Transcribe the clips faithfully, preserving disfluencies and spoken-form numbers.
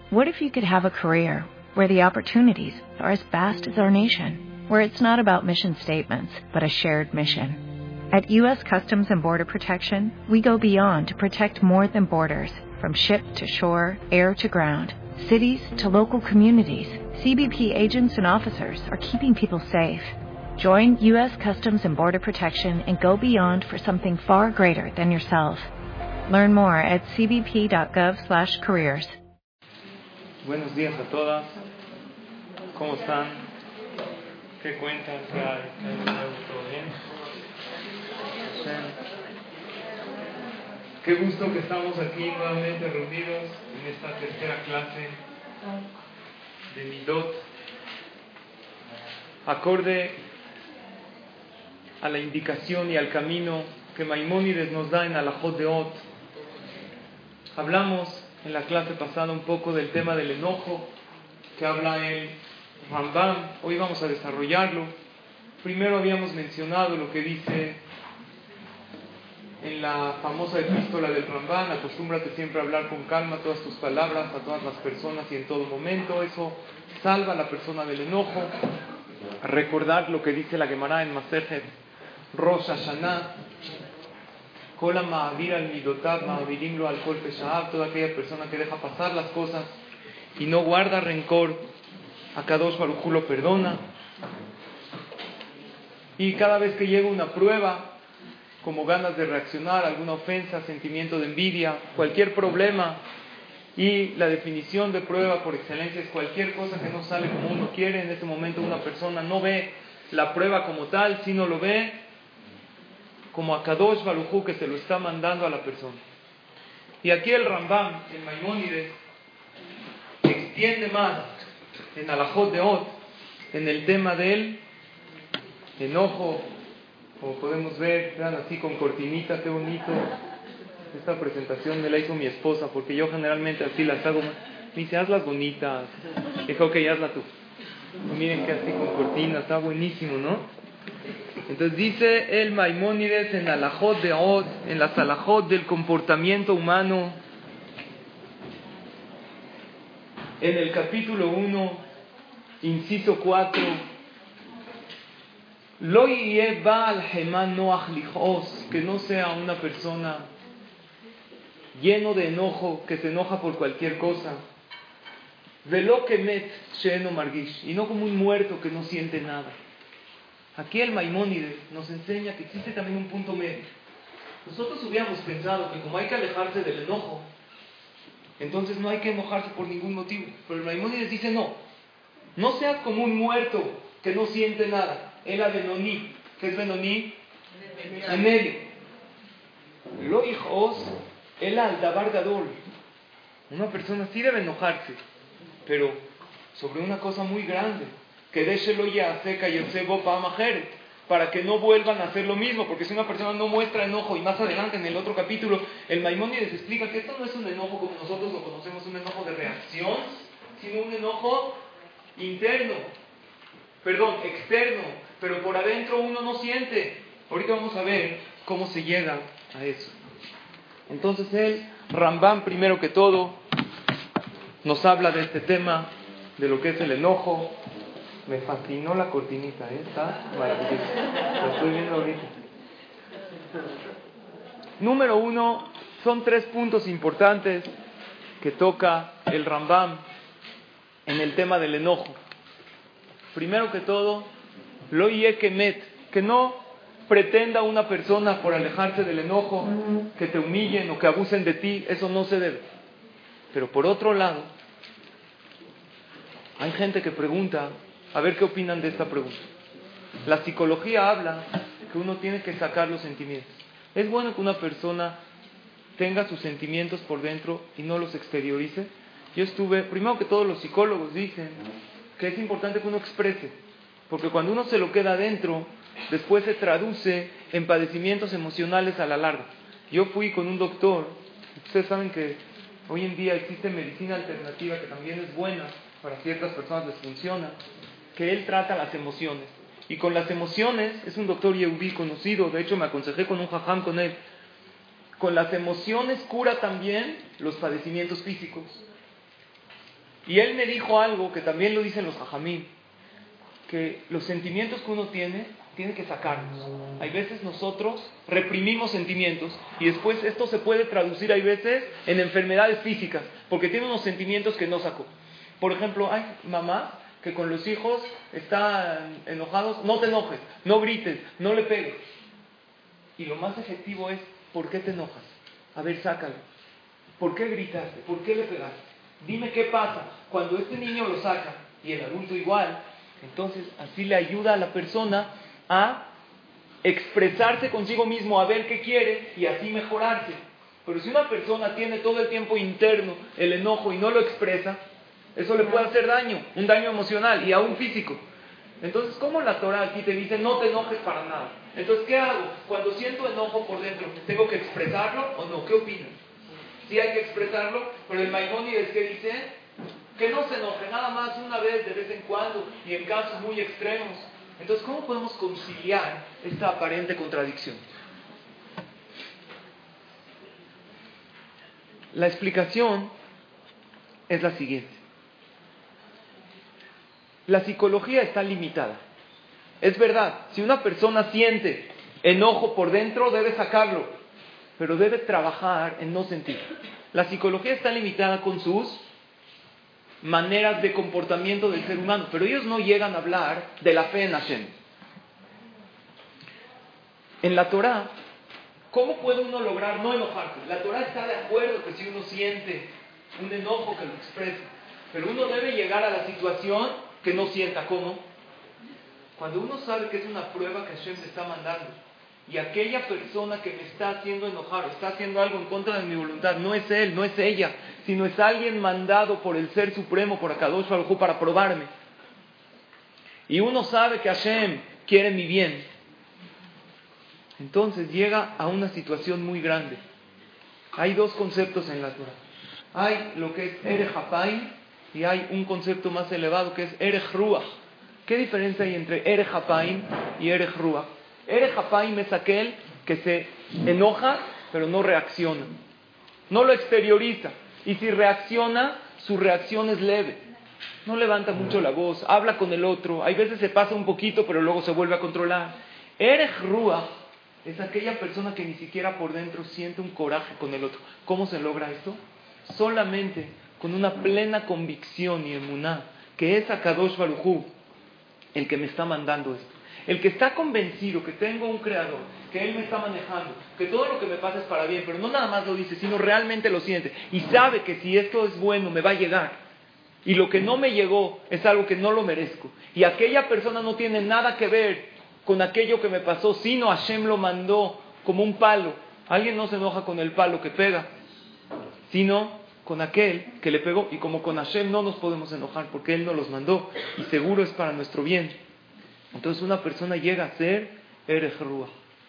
What if you could have a career where the opportunities are as vast as our nation, where it's not about mission statements, but a shared mission? At U S Customs and Border Protection, we go beyond to protect more than borders, from ship to shore, air to ground, cities to local communities. C B P agents and officers are keeping people safe. Join U S Customs and Border Protection and go beyond for something far greater than yourself. Learn more at c b p dot gov slash careers. Buenos días a todas. ¿Cómo están? ¿Qué cuentan? ¿Qué hay? ¿Qué hay de nuevo? ¿Todo bien? Qué gusto que estamos aquí nuevamente reunidos en esta tercera clase de Midot. Acorde a la indicación y al camino que Maimónides nos da en Alajot de Ot. Hablamos en la clase pasada un poco del tema del enojo que habla el Rambam. Hoy vamos a desarrollarlo. Primero habíamos mencionado lo que dice en la famosa epístola del Rambam: acostúmbrate siempre a hablar con calma todas tus palabras a todas las personas y en todo momento. Eso salva a la persona del enojo. A recordar lo que dice la Gemara en Masejet Rosh Hashanah: Kola ma'avir al midotav ma'avirimlo al kol peshav. Toda aquella persona que deja pasar las cosas y no guarda rencor, a Kadosh Baruj Hu lo perdona. Y cada vez que llega una prueba, como ganas de reaccionar, alguna ofensa, sentimiento de envidia, cualquier problema, y la definición de prueba por excelencia es cualquier cosa que no sale como uno quiere. En ese momento una persona no ve la prueba como tal, sino lo ve como a Kadosh Baruj Hu que se lo está mandando a la persona. Y aquí el Rambam, el Maimónides, extiende más en Alajot de Ot, en el tema del enojo. Como podemos ver, vean así con cortinita, qué bonito. Esta presentación me la hizo mi esposa, porque yo generalmente así las hago. Me dice, hazlas bonitas. Dijo, ok, hazla tú. Y miren que así con cortina, está buenísimo, ¿no? Entonces dice el Maimónides en Alajot de Ot, en las Alajot del comportamiento humano, en el capítulo uno, inciso cuatro: Lo yeh ba'al hema noach lichos, que no sea una persona lleno de enojo, que se enoja por cualquier cosa. Velo kemet she'eno margish, y no como un muerto que no siente nada. Aquí el Maimónides nos enseña que existe también un punto medio. Nosotros hubiéramos pensado que como hay que alejarse del enojo, entonces no hay que enojarse por ningún motivo. Pero el Maimónides dice no. No seas como un muerto que no siente nada. El Benoní. ¿Qué es Benoní? En medio. Lo hijos, el aldabar gadol. Una persona sí debe enojarse, pero sobre una cosa muy grande. Que déshelo ya seca y el sebo pa majeret, para que no vuelvan a hacer lo mismo. Porque si una persona no muestra enojo, y más adelante en el otro capítulo el Maimónides explica que esto no es un enojo como nosotros lo conocemos, un enojo de reacción, sino un enojo interno, perdón, externo, pero por adentro uno no siente. Ahorita vamos a ver cómo se llega a eso. Entonces el Rambam, primero que todo, nos habla de este tema, de lo que es el enojo. Me fascinó la cortinita, ¿eh? Está maravillosa. La estoy viendo ahorita. Número uno, son tres puntos importantes que toca el Rambam en el tema del enojo. Primero que todo, lo yeh kemet, que no pretenda una persona por alejarse del enojo que te humillen o que abusen de ti. Eso no se debe. Pero por otro lado, hay gente que pregunta, a ver qué opinan de esta pregunta. La psicología habla que uno tiene que sacar los sentimientos. ¿Es bueno que una persona tenga sus sentimientos por dentro y no los exteriorice? Yo estuve, primero que todo los psicólogos dicen que es importante que uno exprese, porque cuando uno se lo queda adentro, después se traduce en padecimientos emocionales a la larga. Yo fui con un doctor, ustedes saben que hoy en día existe medicina alternativa que también es buena, para ciertas personas les funciona, que él trata las emociones. Y con las emociones, es un doctor yehudí conocido, de hecho me aconsejé con un jajam con él. Con las emociones cura también los padecimientos físicos. Y él me dijo algo que también lo dicen los jajamim, que los sentimientos que uno tiene, tiene que sacarlos. Hay veces nosotros reprimimos sentimientos y después esto se puede traducir, hay veces, en enfermedades físicas, porque tiene unos sentimientos que no sacó. Por ejemplo, hay mamás que con los hijos están enojados, no te enojes, no grites, no le pegues. Y lo más efectivo es, ¿por qué te enojas? A ver, sácalo. ¿Por qué gritaste? ¿Por qué le pegaste? Dime qué pasa. Cuando este niño lo saca, y el adulto igual, entonces así le ayuda a la persona a expresarse consigo mismo, a ver qué quiere y así mejorarse. Pero si una persona tiene todo el tiempo interno el enojo y no lo expresa, eso le puede hacer daño, un daño emocional y aún físico. Entonces, ¿cómo la Torah aquí te dice no te enojes para nada? Entonces, ¿qué hago? Cuando siento enojo por dentro, ¿tengo que expresarlo o no? ¿Qué opinas? Sí hay que expresarlo, pero el Maimónides, ¿qué dice? Que no se enoje, nada más una vez, de vez en cuando, y en casos muy extremos. Entonces, ¿cómo podemos conciliar esta aparente contradicción? La explicación es la siguiente. La psicología está limitada. Es verdad, si una persona siente enojo por dentro, debe sacarlo, pero debe trabajar en no sentir. La psicología está limitada con sus maneras de comportamiento del ser humano, pero ellos no llegan a hablar de la fe en Hashem. En la Torah, ¿cómo puede uno lograr no enojarse? La Torah está de acuerdo que si uno siente un enojo, que lo exprese, pero uno debe llegar a la situación que no sienta. ¿Cómo? Cuando uno sabe que es una prueba que Hashem le está mandando y aquella persona que me está haciendo enojar o está haciendo algo en contra de mi voluntad no es él, no es ella, sino es alguien mandado por el Ser Supremo, por Akadosh Baruj Hu, para probarme, y uno sabe que Hashem quiere mi bien, entonces llega a una situación muy grande. Hay dos conceptos en la Torah. Hay lo que es Erech Hapaim y hay un concepto más elevado que es Erech Ruach. ¿Qué diferencia hay entre Erech Hapaim y Erech Ruach? Erech Hapaim es aquel que se enoja pero no reacciona, no lo exterioriza, y si reacciona, su reacción es leve, no levanta mucho la voz, habla con el otro, hay veces se pasa un poquito pero luego se vuelve a controlar. Erech Ruach es aquella persona que ni siquiera por dentro siente un coraje con el otro. ¿Cómo se logra esto? Solamente con una plena convicción y emuná que es Akadosh Baruj Hu el que me está mandando esto. El que está convencido que tengo un creador, que Él me está manejando, que todo lo que me pasa es para bien, pero no nada más lo dice, sino realmente lo siente y sabe que si esto es bueno me va a llegar, y lo que no me llegó es algo que no lo merezco, y aquella persona no tiene nada que ver con aquello que me pasó, sino Hashem lo mandó como un palo. Alguien no se enoja con el palo que pega, sino con aquel que le pegó. Y como con Hashem no nos podemos enojar porque Él nos los mandó y seguro es para nuestro bien. Entonces una persona llega a ser Erech Ruach.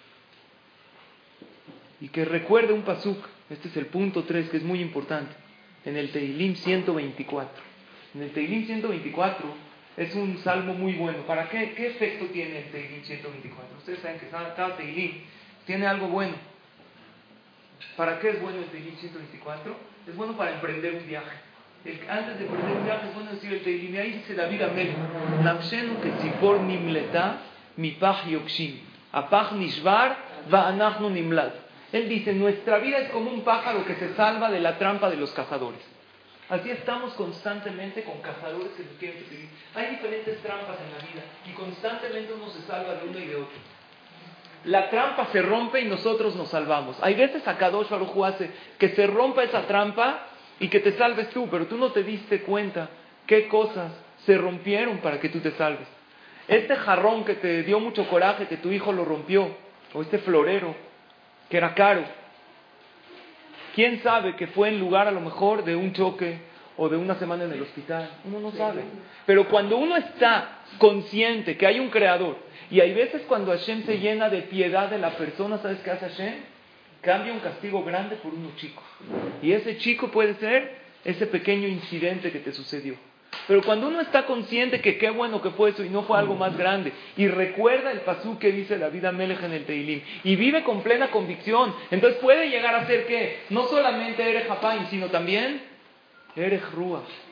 Y que recuerde un pasuk, este es el punto tres que es muy importante, en el Tehilim ciento veinticuatro. En el Tehilim ciento veinticuatro es un salmo muy bueno. ¿Para qué? ¿Qué efecto tiene el Tehilim ciento veinticuatro? Ustedes saben que cada Tehilim tiene algo bueno. ¿Para qué es bueno el Tehilim ciento veinticuatro? Es bueno para emprender un viaje. El, antes de emprender un viaje es bueno decir el Tehilim. Y ahí dice David Amelech: Nafshenu kesipor nimleta mipach yokshim, apach nishvar va'anachnu nimlat. Él dice, nuestra vida es como un pájaro que se salva de la trampa de los cazadores. Así estamos constantemente con cazadores que nos quieren perseguir. Hay diferentes trampas en la vida y constantemente uno se salva de uno y de otro. La trampa se rompe y nosotros nos salvamos. Hay veces Akadosh Baruj Hu hace que se rompa esa trampa y que te salves tú, pero tú no te diste cuenta qué cosas se rompieron para que tú te salves. Este jarrón que te dio mucho coraje, que tu hijo lo rompió, o este florero que era caro, ¿quién sabe que fue en lugar a lo mejor de un choque o de una semana en el hospital? Uno no sabe. Pero cuando uno está consciente que hay un creador, y hay veces cuando Hashem se llena de piedad de la persona, ¿sabes qué hace Hashem? Cambia un castigo grande por uno chico. Y ese chico puede ser ese pequeño incidente que te sucedió. Pero cuando uno está consciente que qué bueno que fue eso y no fue algo más grande, y recuerda el pasú que dice David Amelech en el Tehilim, y vive con plena convicción, entonces puede llegar a ser que no solamente Erech Hapaim, sino también Erech Ruach.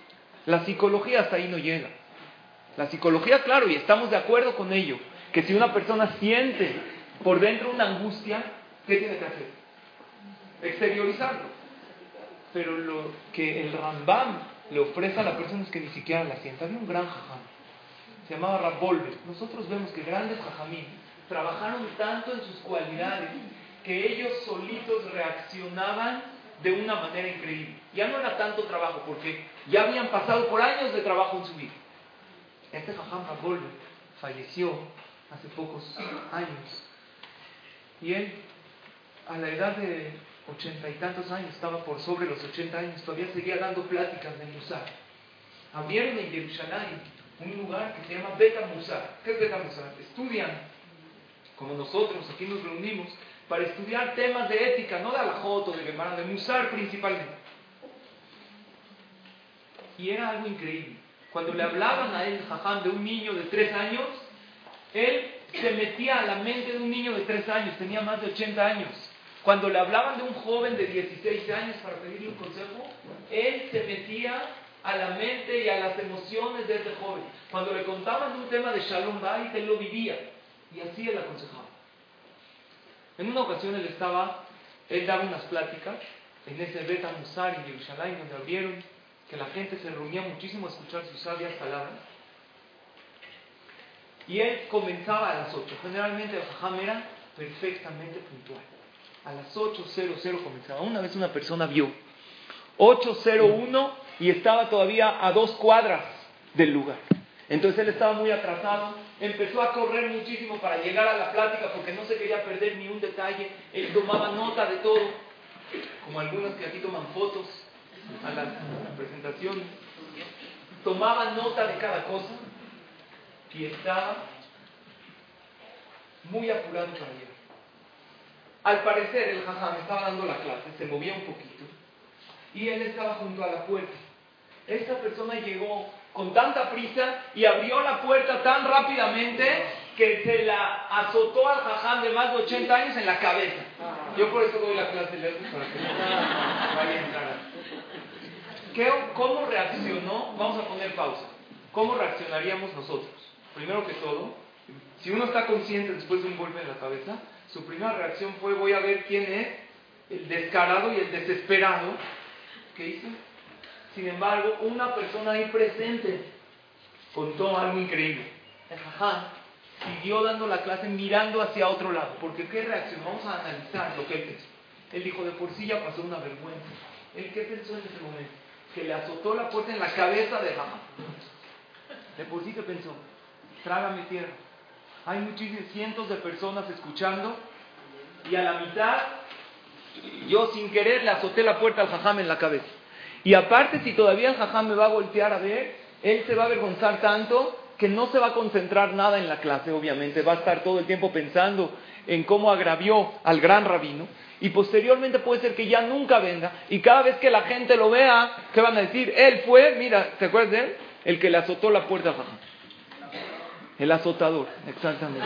La psicología hasta ahí no llega. La psicología, claro, y estamos de acuerdo con ello, que si una persona siente por dentro una angustia, ¿qué tiene que hacer? Exteriorizarlo. Pero lo que el Rambam le ofrece a la persona es que ni siquiera la sienta. Había un gran jajam, se llamaba Rav Wolbe. Nosotros vemos que grandes jajamín trabajaron tanto en sus cualidades que ellos solitos reaccionaban de una manera increíble. Ya no era tanto trabajo, porque ya habían pasado por años de trabajo en su vida. Este jajam Rav Wolbe falleció hace pocos años. Y él, a la edad de ochenta y tantos años, estaba por sobre los ochenta años, todavía seguía dando pláticas de Musar. Abrieron en Jerusalén un lugar que se llama Beta Musar. ¿Qué es Beta Musar? Estudian, como nosotros aquí nos reunimos, para estudiar temas de ética, no de alajot o de Gemara, de Musar principalmente. Y era algo increíble. Cuando le hablaban a él, jajam, de un niño de tres años, él se metía a la mente de un niño de tres años, tenía más de ochenta años. Cuando le hablaban de un joven de dieciséis años para pedirle un consejo, él se metía a la mente y a las emociones de ese joven. Cuando le contaban de un tema de Shalom Bayit, él lo vivía y así él aconsejaba. En una ocasión él estaba, él daba unas pláticas en ese Bet HaMusar en Jerusalén, donde abrieron, que la gente se reunía muchísimo a escuchar sus sabias palabras. Y él comenzaba a las ocho. Generalmente el jajam era perfectamente puntual. A las ocho cero cero comenzaba. Una vez una persona vio ocho cero uno y estaba todavía a dos cuadras del lugar. Entonces él estaba muy atrasado, empezó a correr muchísimo para llegar a la plática porque no se quería perder ni un detalle. Él tomaba nota de todo, como algunos que aquí toman fotos a las presentaciones. Tomaba nota de cada cosa y estaba muy apurado para llegar. Al parecer el jajam estaba dando la clase, se movía un poquito y él estaba junto a la puerta. Esta persona llegó con tanta prisa y abrió la puerta tan rápidamente que se la azotó al jajam de más de ochenta años en la cabeza. Yo por eso doy la clase lejos para que no vaya a entrar. ¿Qué, ¿Cómo reaccionó? Vamos a poner pausa. ¿Cómo reaccionaríamos nosotros? Primero que todo, si uno está consciente después de un golpe en la cabeza, su primera reacción fue: voy a ver quién es el descarado y el desesperado. ¿Qué hizo? Sin embargo, una persona ahí presente contó algo increíble. El jajam siguió dando la clase mirando hacia otro lado. Porque ¿qué reacción? Vamos a analizar lo que él pensó. Él dijo: de por sí ya pasó una vergüenza. ¿Él qué pensó en ese momento? Que le azotó la puerta en la cabeza de jajam. De por sí que pensó: trágame tierra. Hay muchísimos, cientos de personas escuchando y a la mitad yo sin querer le azoté la puerta al jajam en la cabeza. Y aparte, si todavía el jajam me va a voltear a ver, él se va a avergonzar tanto que no se va a concentrar nada en la clase, obviamente. Va a estar todo el tiempo pensando en cómo agravió al gran rabino. Y posteriormente puede ser que ya nunca venga. Y cada vez que la gente lo vea, ¿qué van a decir? Él fue, mira, ¿te acuerdas de él? El que le azotó la puerta al jajam. El azotador, exactamente.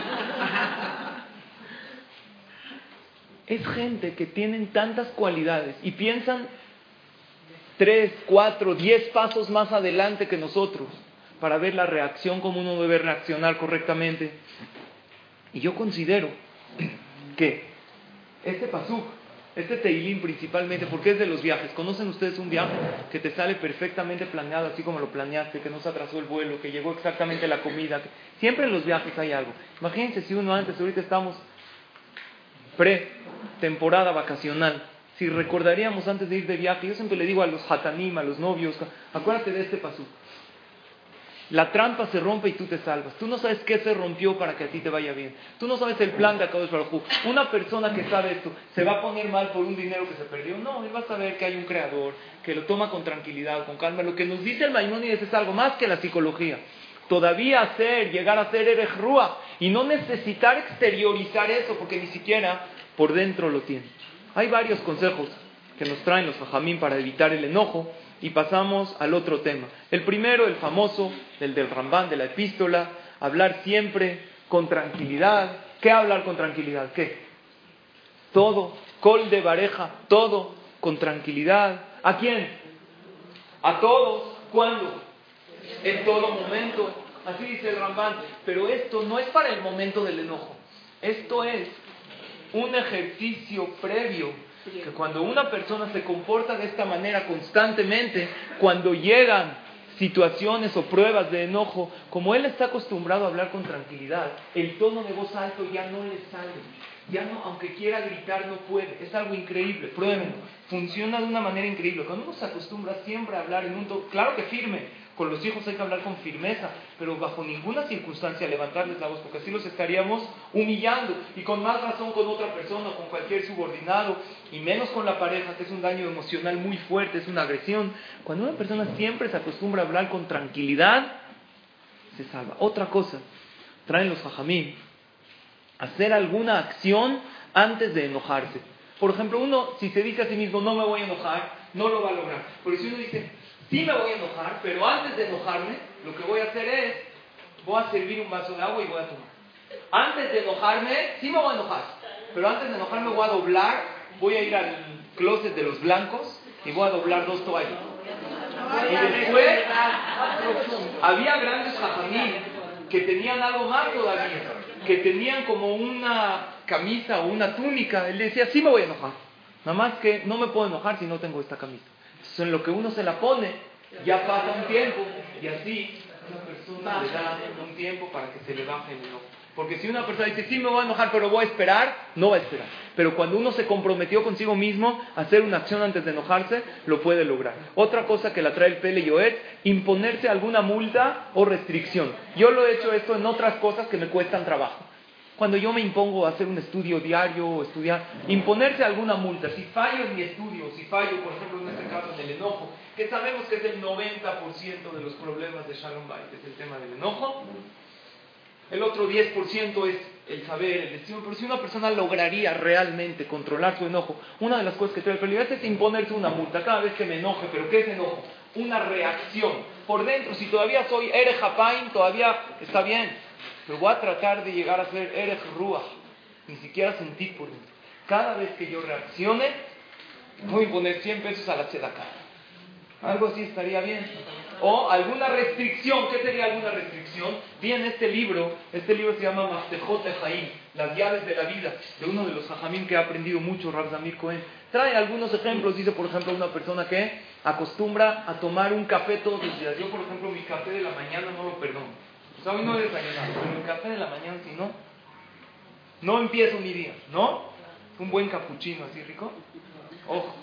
Es gente que tienen tantas cualidades y piensan tres, cuatro, diez pasos más adelante que nosotros para ver la reacción, cómo uno debe reaccionar correctamente. Y yo considero que este pasuk, este teilín principalmente, porque es de los viajes. ¿Conocen ustedes un viaje que te sale perfectamente planeado, así como lo planeaste, que no se atrasó el vuelo, que llegó exactamente la comida? Siempre en los viajes hay algo. Imagínense si uno antes, ahorita estamos pre-temporada vacacional, si recordaríamos antes de ir de viaje. Yo siempre le digo a los hatanim, a los novios, acuérdate de este pasuk. La trampa se rompe y tú te salvas. Tú no sabes qué se rompió para que a ti te vaya bien. Tú no sabes el plan de Akadosh Baruj Hu. Una persona que sabe esto, ¿se va a poner mal por un dinero que se perdió? No, él va a saber que hay un creador, que lo toma con tranquilidad, con calma. Lo que nos dice el Maimónides es algo más que la psicología. Todavía hacer, llegar a ser Erech Ruach y no necesitar exteriorizar eso, porque ni siquiera por dentro lo tiene. Hay varios consejos que nos traen los jajamín para evitar el enojo. Y pasamos al otro tema. El primero, el famoso, el del Rambán, de la epístola, hablar siempre con tranquilidad. ¿Qué hablar con tranquilidad? ¿Qué? Todo, col de bareja, todo con tranquilidad. ¿A quién? A todos. ¿Cuándo? en todo momento. Así dice el Rambán. Pero esto no es para el momento del enojo. Esto es un ejercicio previo. Que cuando una persona se comporta de esta manera constantemente, cuando llegan situaciones o pruebas de enojo, como él está acostumbrado a hablar con tranquilidad, el tono de voz alto ya no le sale. Ya no, aunque quiera gritar, no puede. Es algo increíble, pruébenlo. Funciona de una manera increíble. Cuando uno se acostumbra siempre a hablar en un tono, claro que firme, con los hijos hay que hablar con firmeza, pero bajo ninguna circunstancia levantarles la voz, porque así los estaríamos humillando, y con más razón con otra persona, con cualquier subordinado, y menos con la pareja, que es un daño emocional muy fuerte, es una agresión. Cuando una persona siempre se acostumbra a hablar con tranquilidad, se salva. Otra cosa, traen los jajamim, hacer alguna acción antes de enojarse. Por ejemplo, uno, si se dice a sí mismo, no me voy a enojar, no lo va a lograr. Pero si uno dice, sí me voy a enojar, pero antes de enojarme, lo que voy a hacer es, voy a servir un vaso de agua y voy a tomar. Antes de enojarme, sí me voy a enojar, pero antes de enojarme voy a doblar, voy a ir al closet de los blancos y voy a doblar dos toallas. Y después, había grandes jajamín que tenían algo más todavía, que tenían como una camisa o una túnica. Él decía, sí me voy a enojar, nada más que no me puedo enojar si no tengo esta camisa. Entonces, en lo que uno se la pone, ya pasa un tiempo, y así una persona le da un tiempo para que se le baje el enojo. Porque si una persona dice, sí me voy a enojar, pero voy a esperar, no va a esperar. Pero cuando uno se comprometió consigo mismo a hacer una acción antes de enojarse, lo puede lograr. Otra cosa que la trae el Pele Yoetz, imponerse alguna multa o restricción. Yo lo he hecho esto en otras cosas que me cuestan trabajo. Cuando yo me impongo a hacer un estudio diario o estudiar, imponerse alguna multa. Si fallo en mi estudio, si fallo, por ejemplo, en este caso, en el enojo, que sabemos que es el noventa por ciento de los problemas de Shalom Bayit, es el tema del enojo. El otro diez por ciento es el saber, el destino. Pero si una persona lograría realmente controlar su enojo, una de las cosas que trae el peligro es imponerse una multa cada vez que me enoje. ¿Pero qué es enojo? Una reacción. Por dentro, si todavía soy Erech Hapaim, todavía está bien. Pero voy a tratar de llegar a ser Erech Ruach. Ni siquiera sentir por dentro. Cada vez que yo reaccione, voy a poner cien pesos a la tzedakah. Algo así estaría bien. O alguna restricción. ¿Qué sería alguna restricción? Vi en este libro, este libro se llama Maftejot Haim, las llaves de la vida, de uno de los jajamim que ha aprendido mucho, Rav Zamir Cohen. Trae algunos ejemplos. Dice, por ejemplo, una persona que acostumbra a tomar un café todos los días. Yo, por ejemplo, mi café de la mañana no lo perdono. O sea, hoy no he desayunado, pero el café de la mañana, si no, no empiezo mi día, ¿no? Un buen capuchino así rico. Ojo.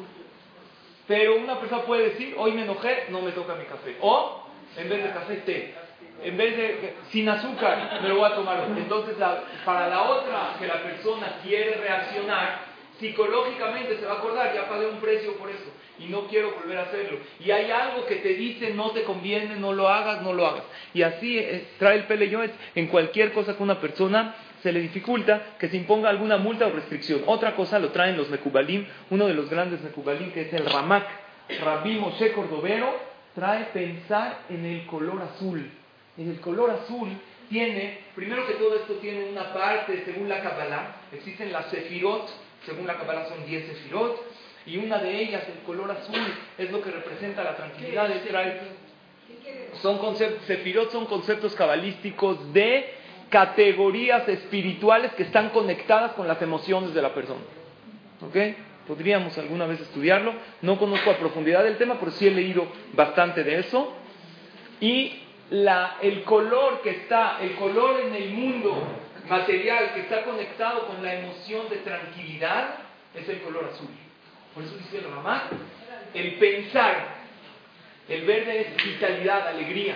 Pero una persona puede decir, hoy me enojé, no me toca mi café. O, en vez de café, té. En vez de, sin azúcar, me lo voy a tomar hoy. Entonces, la, para la otra, que la persona quiere reaccionar, psicológicamente se va a acordar, ya pagué un precio por eso, y no quiero volver a hacerlo. Y hay algo que te dice, no te conviene, no lo hagas, no lo hagas. Y así eh, trae el Pele Yoetz en cualquier cosa que una persona se le dificulta que se imponga alguna multa o restricción. Otra cosa lo traen los Mekubalim, uno de los grandes Mekubalim, que es el Ramak, Rabbi Moshe Cordovero, trae pensar en el color azul. En el color azul tiene, primero que todo esto tiene una parte, según la Kabbalah, existen las Sefirot, según la Kabbalah son diez Sefirot, y una de ellas, el color azul, es lo que representa la tranquilidad. Trae, son conceptos, Sefirot son conceptos cabalísticos de categorías espirituales que están conectadas con las emociones de la persona. ¿Ok? Podríamos alguna vez estudiarlo. No conozco a profundidad el tema, pero sí he leído bastante de eso. Y la, el color que está, el color en el mundo material que está conectado con la emoción de tranquilidad es el color azul. Por eso dice el Ramak, el pensar, el verde es vitalidad, alegría.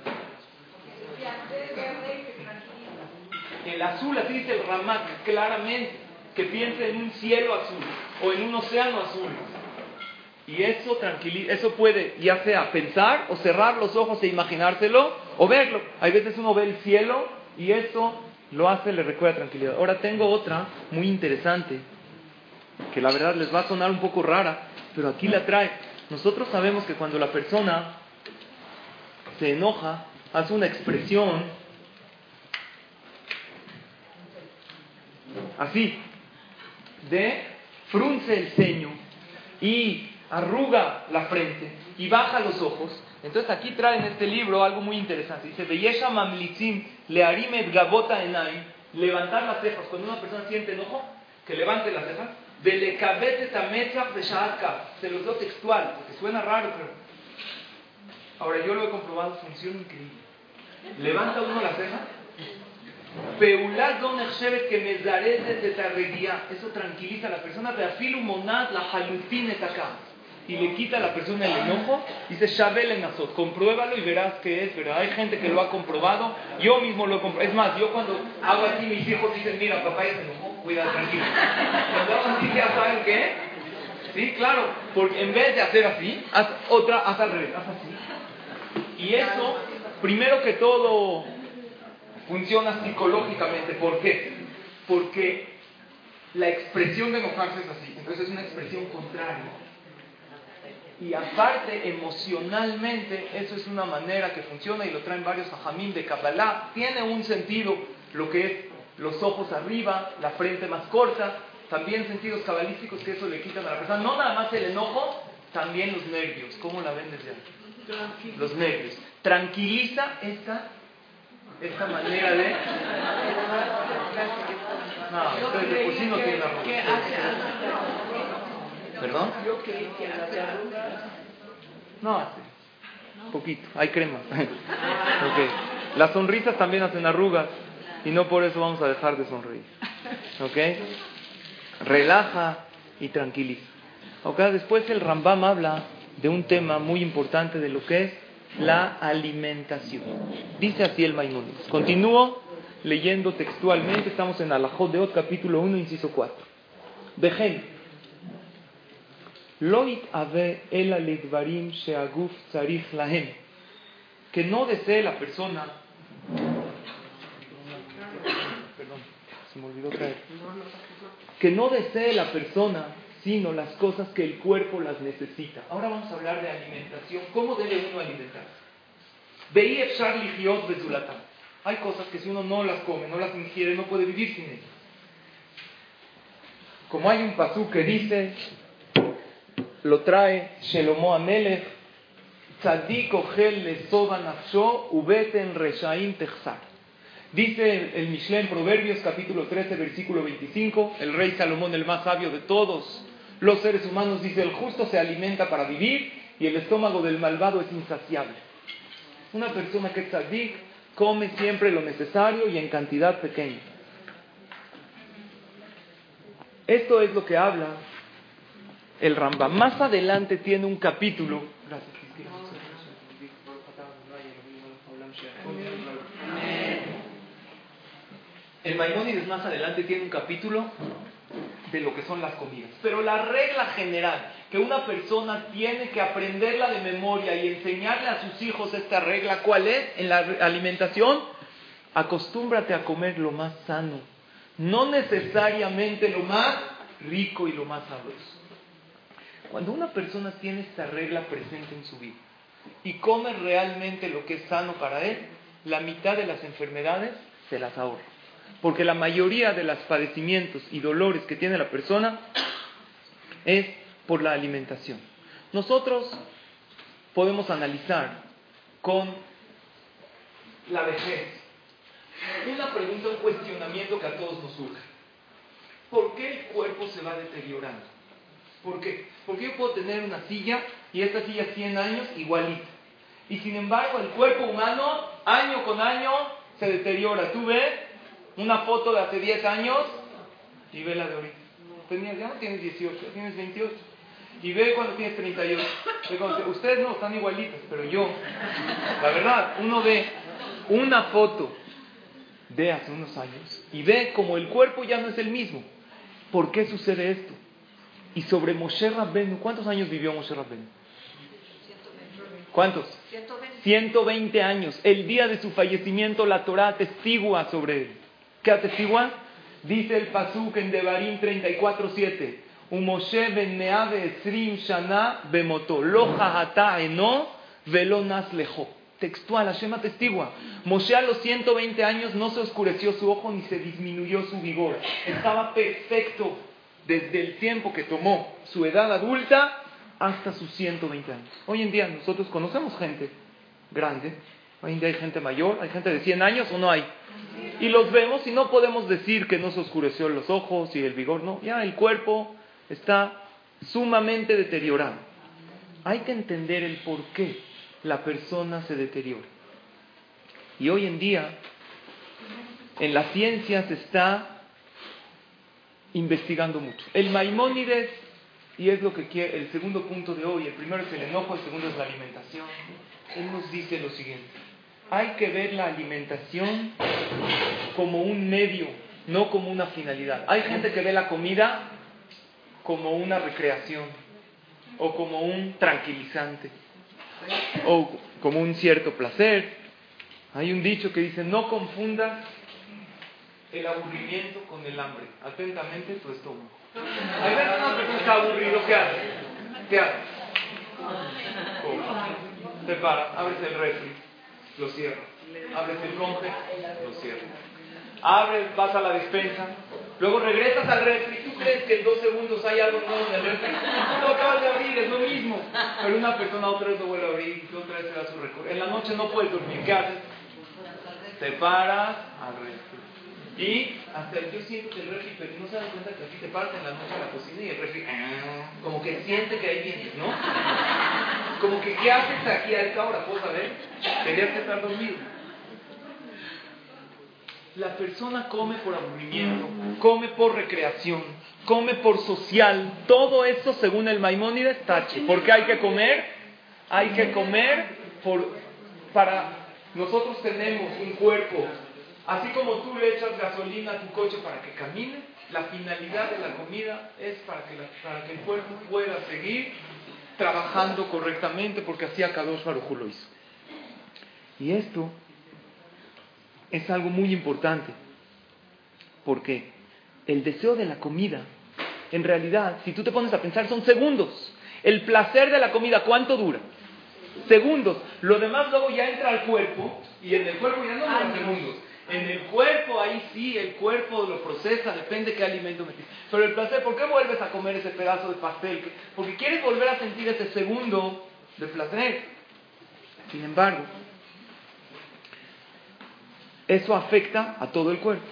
El azul, así dice el Ramak, claramente, que piense en un cielo azul o en un océano azul. Y eso tranquiliza, eso puede ya sea pensar o cerrar los ojos e imaginárselo o verlo. Hay veces uno ve el cielo y eso lo hace, le recuerda tranquilidad. Ahora tengo otra muy interesante, que la verdad les va a sonar un poco rara, pero aquí la trae. Nosotros sabemos que cuando la persona se enoja, hace una expresión así, de frunce el ceño y arruga la frente y baja los ojos. Entonces aquí trae en este libro algo muy interesante. Dice, Veyesha mamlitzim learim et gavota enayim, levantar las cejas. Cuando una persona siente enojo, que levante las cejas. Velekabet et hametzach beshat kaf. Se los doy textual, porque suena raro, pero... Ahora yo lo he comprobado, funciona increíble. Levanta uno la ceja. Peulat don echshevet que mezarezet et arreguía. Eso tranquiliza a la persona. Veafilu monat la halutin et acá. Y le quita a la persona el enojo. Dice, Shabel en azot, compruébalo y verás que es verdad. Hay gente que lo ha comprobado, yo mismo lo he comprobado. Es más, yo cuando hago así, mis hijos dicen, mira, papá ya se enojó, cuidado, tranquilo. Cuando hago así, ¿ya saben qué? Sí, claro, porque en vez de hacer así, haz otra, haz al revés, haz así. Y eso, primero que todo, funciona psicológicamente. ¿Por qué? Porque la expresión de enojarse es así. Entonces es una expresión contraria. Y aparte, emocionalmente, eso es una manera que funciona y lo traen varios hajamim de Kabbalah. Tiene un sentido lo que es los ojos arriba, la frente más corta. También sentidos cabalísticos que eso le quitan a la persona. No nada más el enojo, también los nervios. ¿Cómo la ven desde ahí? Los nervios. Tranquiliza esta, esta manera de... No, ustedes de por sí no tienen arroz. ¿Perdón? No hace. Poquito. Hay crema. Okay. Las sonrisas también hacen arrugas y no por eso vamos a dejar de sonreír. ¿Ok? Relaja y tranquiliza. ¿Ok? Después el Rambam habla de un tema muy importante de lo que es la alimentación. Dice así el Maimónides. Continúo leyendo textualmente. Estamos en Alajot de Ot, capítulo uno, inciso cuatro. Vejen. Lo itave ela ledvarim sheaguf tzarich lahem. Que no desee la persona. Perdón, se me olvidó caer. Que no desee la persona, sino las cosas que el cuerpo las necesita. Ahora vamos a hablar de alimentación. ¿Cómo debe uno alimentarse? Veí efshar lichiot bezulatam. Hay cosas que si uno no las come, no las ingiere, no puede vivir sin ellas. Como hay un pasú que dice, lo trae Shelomo Amelech, Tzadik ochel lesoba nafsho ubeten reshaim techzar. Dice el Mishle en Proverbios capítulo trece versículo veinticinco, el rey Salomón, el más sabio de todos los seres humanos, dice, el justo se alimenta para vivir y el estómago del malvado es insaciable. Una persona que es tzadik come siempre lo necesario y en cantidad pequeña. Esto es lo que habla el Rambam. Más adelante tiene un capítulo. Gracias. El Maimónides más adelante tiene un capítulo de lo que son las comidas. Pero la regla general que una persona tiene que aprenderla de memoria y enseñarle a sus hijos esta regla, ¿cuál es? En la alimentación, acostúmbrate a comer lo más sano, no necesariamente lo más rico y lo más sabroso. Cuando una persona tiene esta regla presente en su vida y come realmente lo que es sano para él, la mitad de las enfermedades se las ahorra. Porque la mayoría de los padecimientos y dolores que tiene la persona es por la alimentación. Nosotros podemos analizar con la vejez una pregunta, un cuestionamiento que a todos nos surge. ¿Por qué el cuerpo se va deteriorando? ¿Por qué? Porque yo puedo tener una silla y esta silla cien años igualita. Y sin embargo el cuerpo humano año con año se deteriora. Tú ves una foto de hace diez años y ve la de ahorita. Tenías, ya no tienes dieciocho, ya tienes veintiocho. Y ve cuando tienes treinta y ocho. Ve cuando, ustedes no, están igualitos, pero yo, la verdad, uno ve una foto de hace unos años y ve como el cuerpo ya no es el mismo. ¿Por qué sucede esto? Y sobre Moshe Rabbenu, ¿cuántos años vivió Moshe Rabbenu? ¿Cuántos? ciento veinte años. El día de su fallecimiento la Torah atestigua sobre él. ¿Qué atestigua? Dice el pasuk en Devarim treinta y cuatro siete. Umoshe ben meave esrim shana bemoto lo jahata eno velo nas lejo. Textual, Hashem atestigua. Moshe a los ciento veinte años no se oscureció su ojo ni se disminuyó su vigor. Estaba perfecto desde el tiempo que tomó su edad adulta hasta sus ciento veinte años. Hoy en día nosotros conocemos gente grande, hoy en día hay gente mayor, hay gente de cien años o no hay. Y los vemos y no podemos decir que no se oscureció los ojos y el vigor, no, ya el cuerpo está sumamente deteriorado. Hay que entender el por qué la persona se deteriora. Y hoy en día, en la ciencia se está investigando mucho. El Maimónides, y es lo que quiere, el segundo punto de hoy, el primero es el enojo, el segundo es la alimentación. Él nos dice lo siguiente: hay que ver la alimentación como un medio, no como una finalidad. Hay gente que ve la comida como una recreación, o como un tranquilizante, o como un cierto placer. Hay un dicho que dice: no confundas el aburrimiento con el hambre. Atentamente tu estómago. Hay veces una persona está aburrido, ¿qué hace? ¿Qué hace? Oh. Te paras, abres el refri, lo cierras. Abres el conge, lo cierras. Abres, vas a la despensa, luego regresas al refri. ¿Tú crees que en dos segundos hay algo nuevo en el refri? Tú lo acabas de abrir, es lo mismo. Pero una persona otra vez lo vuelve a abrir y otra vez se da su recorrido. En la noche no puedes dormir, ¿qué haces? Te paras al refri. Y hasta yo siento que el refri, pero no se dan cuenta que aquí te paras en la noche a la cocina y el refri, como que siente que ahí vienes, ¿no? Como que, ¿qué haces aquí a esta hora? ¿Puedo saber? Tenías que estar dormido. La persona come por aburrimiento, come por recreación, come por social. Todo eso, según el Maimónides, tache. ¿Por qué hay que comer? Hay que comer por, para... Nosotros tenemos un cuerpo. Así como tú le echas gasolina a tu coche para que camine, la finalidad de la comida es para que, la, para que el cuerpo pueda seguir trabajando correctamente, porque así Akadosh Baruj Hu lo hizo. Y esto es algo muy importante, porque el deseo de la comida, en realidad, si tú te pones a pensar, son segundos. El placer de la comida, ¿cuánto dura? Segundos. Lo demás luego ya entra al cuerpo, y en el cuerpo ya no duran segundos. En el cuerpo, ahí sí, el cuerpo lo procesa, depende de qué alimento metiste. Pero el placer, ¿por qué vuelves a comer ese pedazo de pastel? Porque quieres volver a sentir ese segundo de placer. Sin embargo, eso afecta a todo el cuerpo.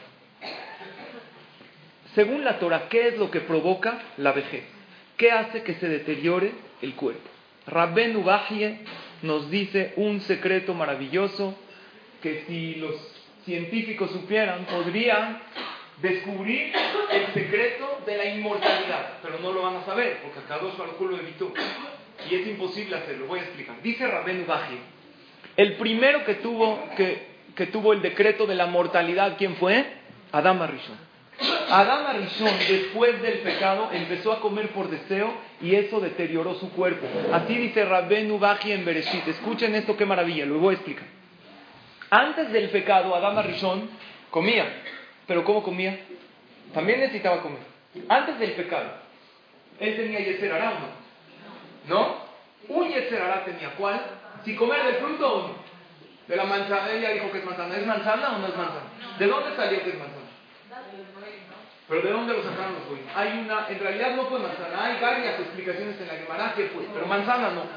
Según la Torah, ¿qué es lo que provoca la vejez? ¿Qué hace que se deteriore el cuerpo? Rabbenu Bahye nos dice un secreto maravilloso que si los científicos supieran, podrían descubrir el secreto de la inmortalidad, pero no lo van a saber, porque Akadosh Baruj Hu lo evitó, y es imposible hacerlo. Voy a explicar. Dice Rabbenu Bahye, el primero que tuvo, que, que tuvo el decreto de la mortalidad, ¿quién fue? Adán Arishon. Adán Arishon, después del pecado, empezó a comer por deseo, y eso deterioró su cuerpo. Así dice Rabbenu Bahye en Bereshit. Escuchen esto, qué maravilla, lo voy a explicar. Antes del pecado, Adán Arishon comía. ¿Pero cómo comía? También necesitaba comer. Antes del pecado, él tenía Yetzer Hará, ¿no? ¿No? Un Yetzer Hará tenía. ¿Cuál? Si comer del fruto o no. De la manzana. Ella dijo que es manzana. ¿Es manzana o no es manzana? ¿De dónde salió que es manzana? ¿Pero de dónde lo sacaron los judíos? Hay una... En realidad no fue manzana. Hay varias explicaciones en la Gemara que fue. Pero manzana no.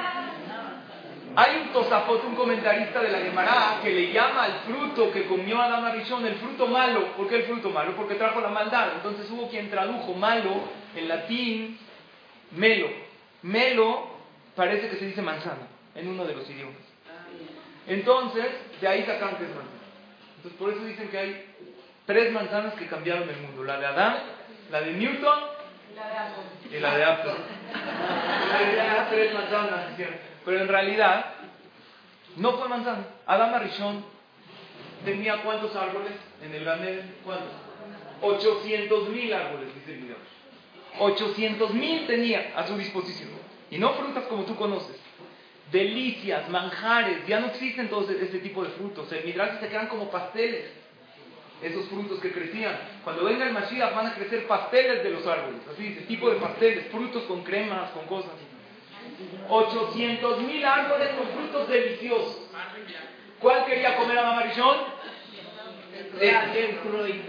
Hay un Tosafot, un comentarista de la Gemara, que le llama al fruto que comió Adán Arishon el fruto malo. ¿Por qué el fruto malo? Porque trajo la maldad. Entonces hubo quien tradujo malo en latín melo. Melo parece que se dice manzana en uno de los idiomas. Entonces, de ahí sacaron que es manzana. Entonces, por eso dicen que hay tres manzanas que cambiaron el mundo: la de Adán, la de Newton y la de Apple. Tres manzanas, pero en realidad no fue manzana. Adán Arishon tenía ¿cuántos árboles en el Gan Eden? ¿Cuántos? ochocientos mil árboles, dice el video. ochocientos mil tenía a su disposición. Y no frutas como tú conoces. Delicias, manjares. Ya no existen todos este tipo de frutos. El Midrash se quedan como pasteles. Esos frutos que crecían. Cuando venga el Mashiach van a crecer pasteles de los árboles. Así dice, tipo de pasteles. Frutos con cremas, con cosas. ochocientos mil árboles con frutos deliciosos. ¿Cuál quería comer a Adán Arishon?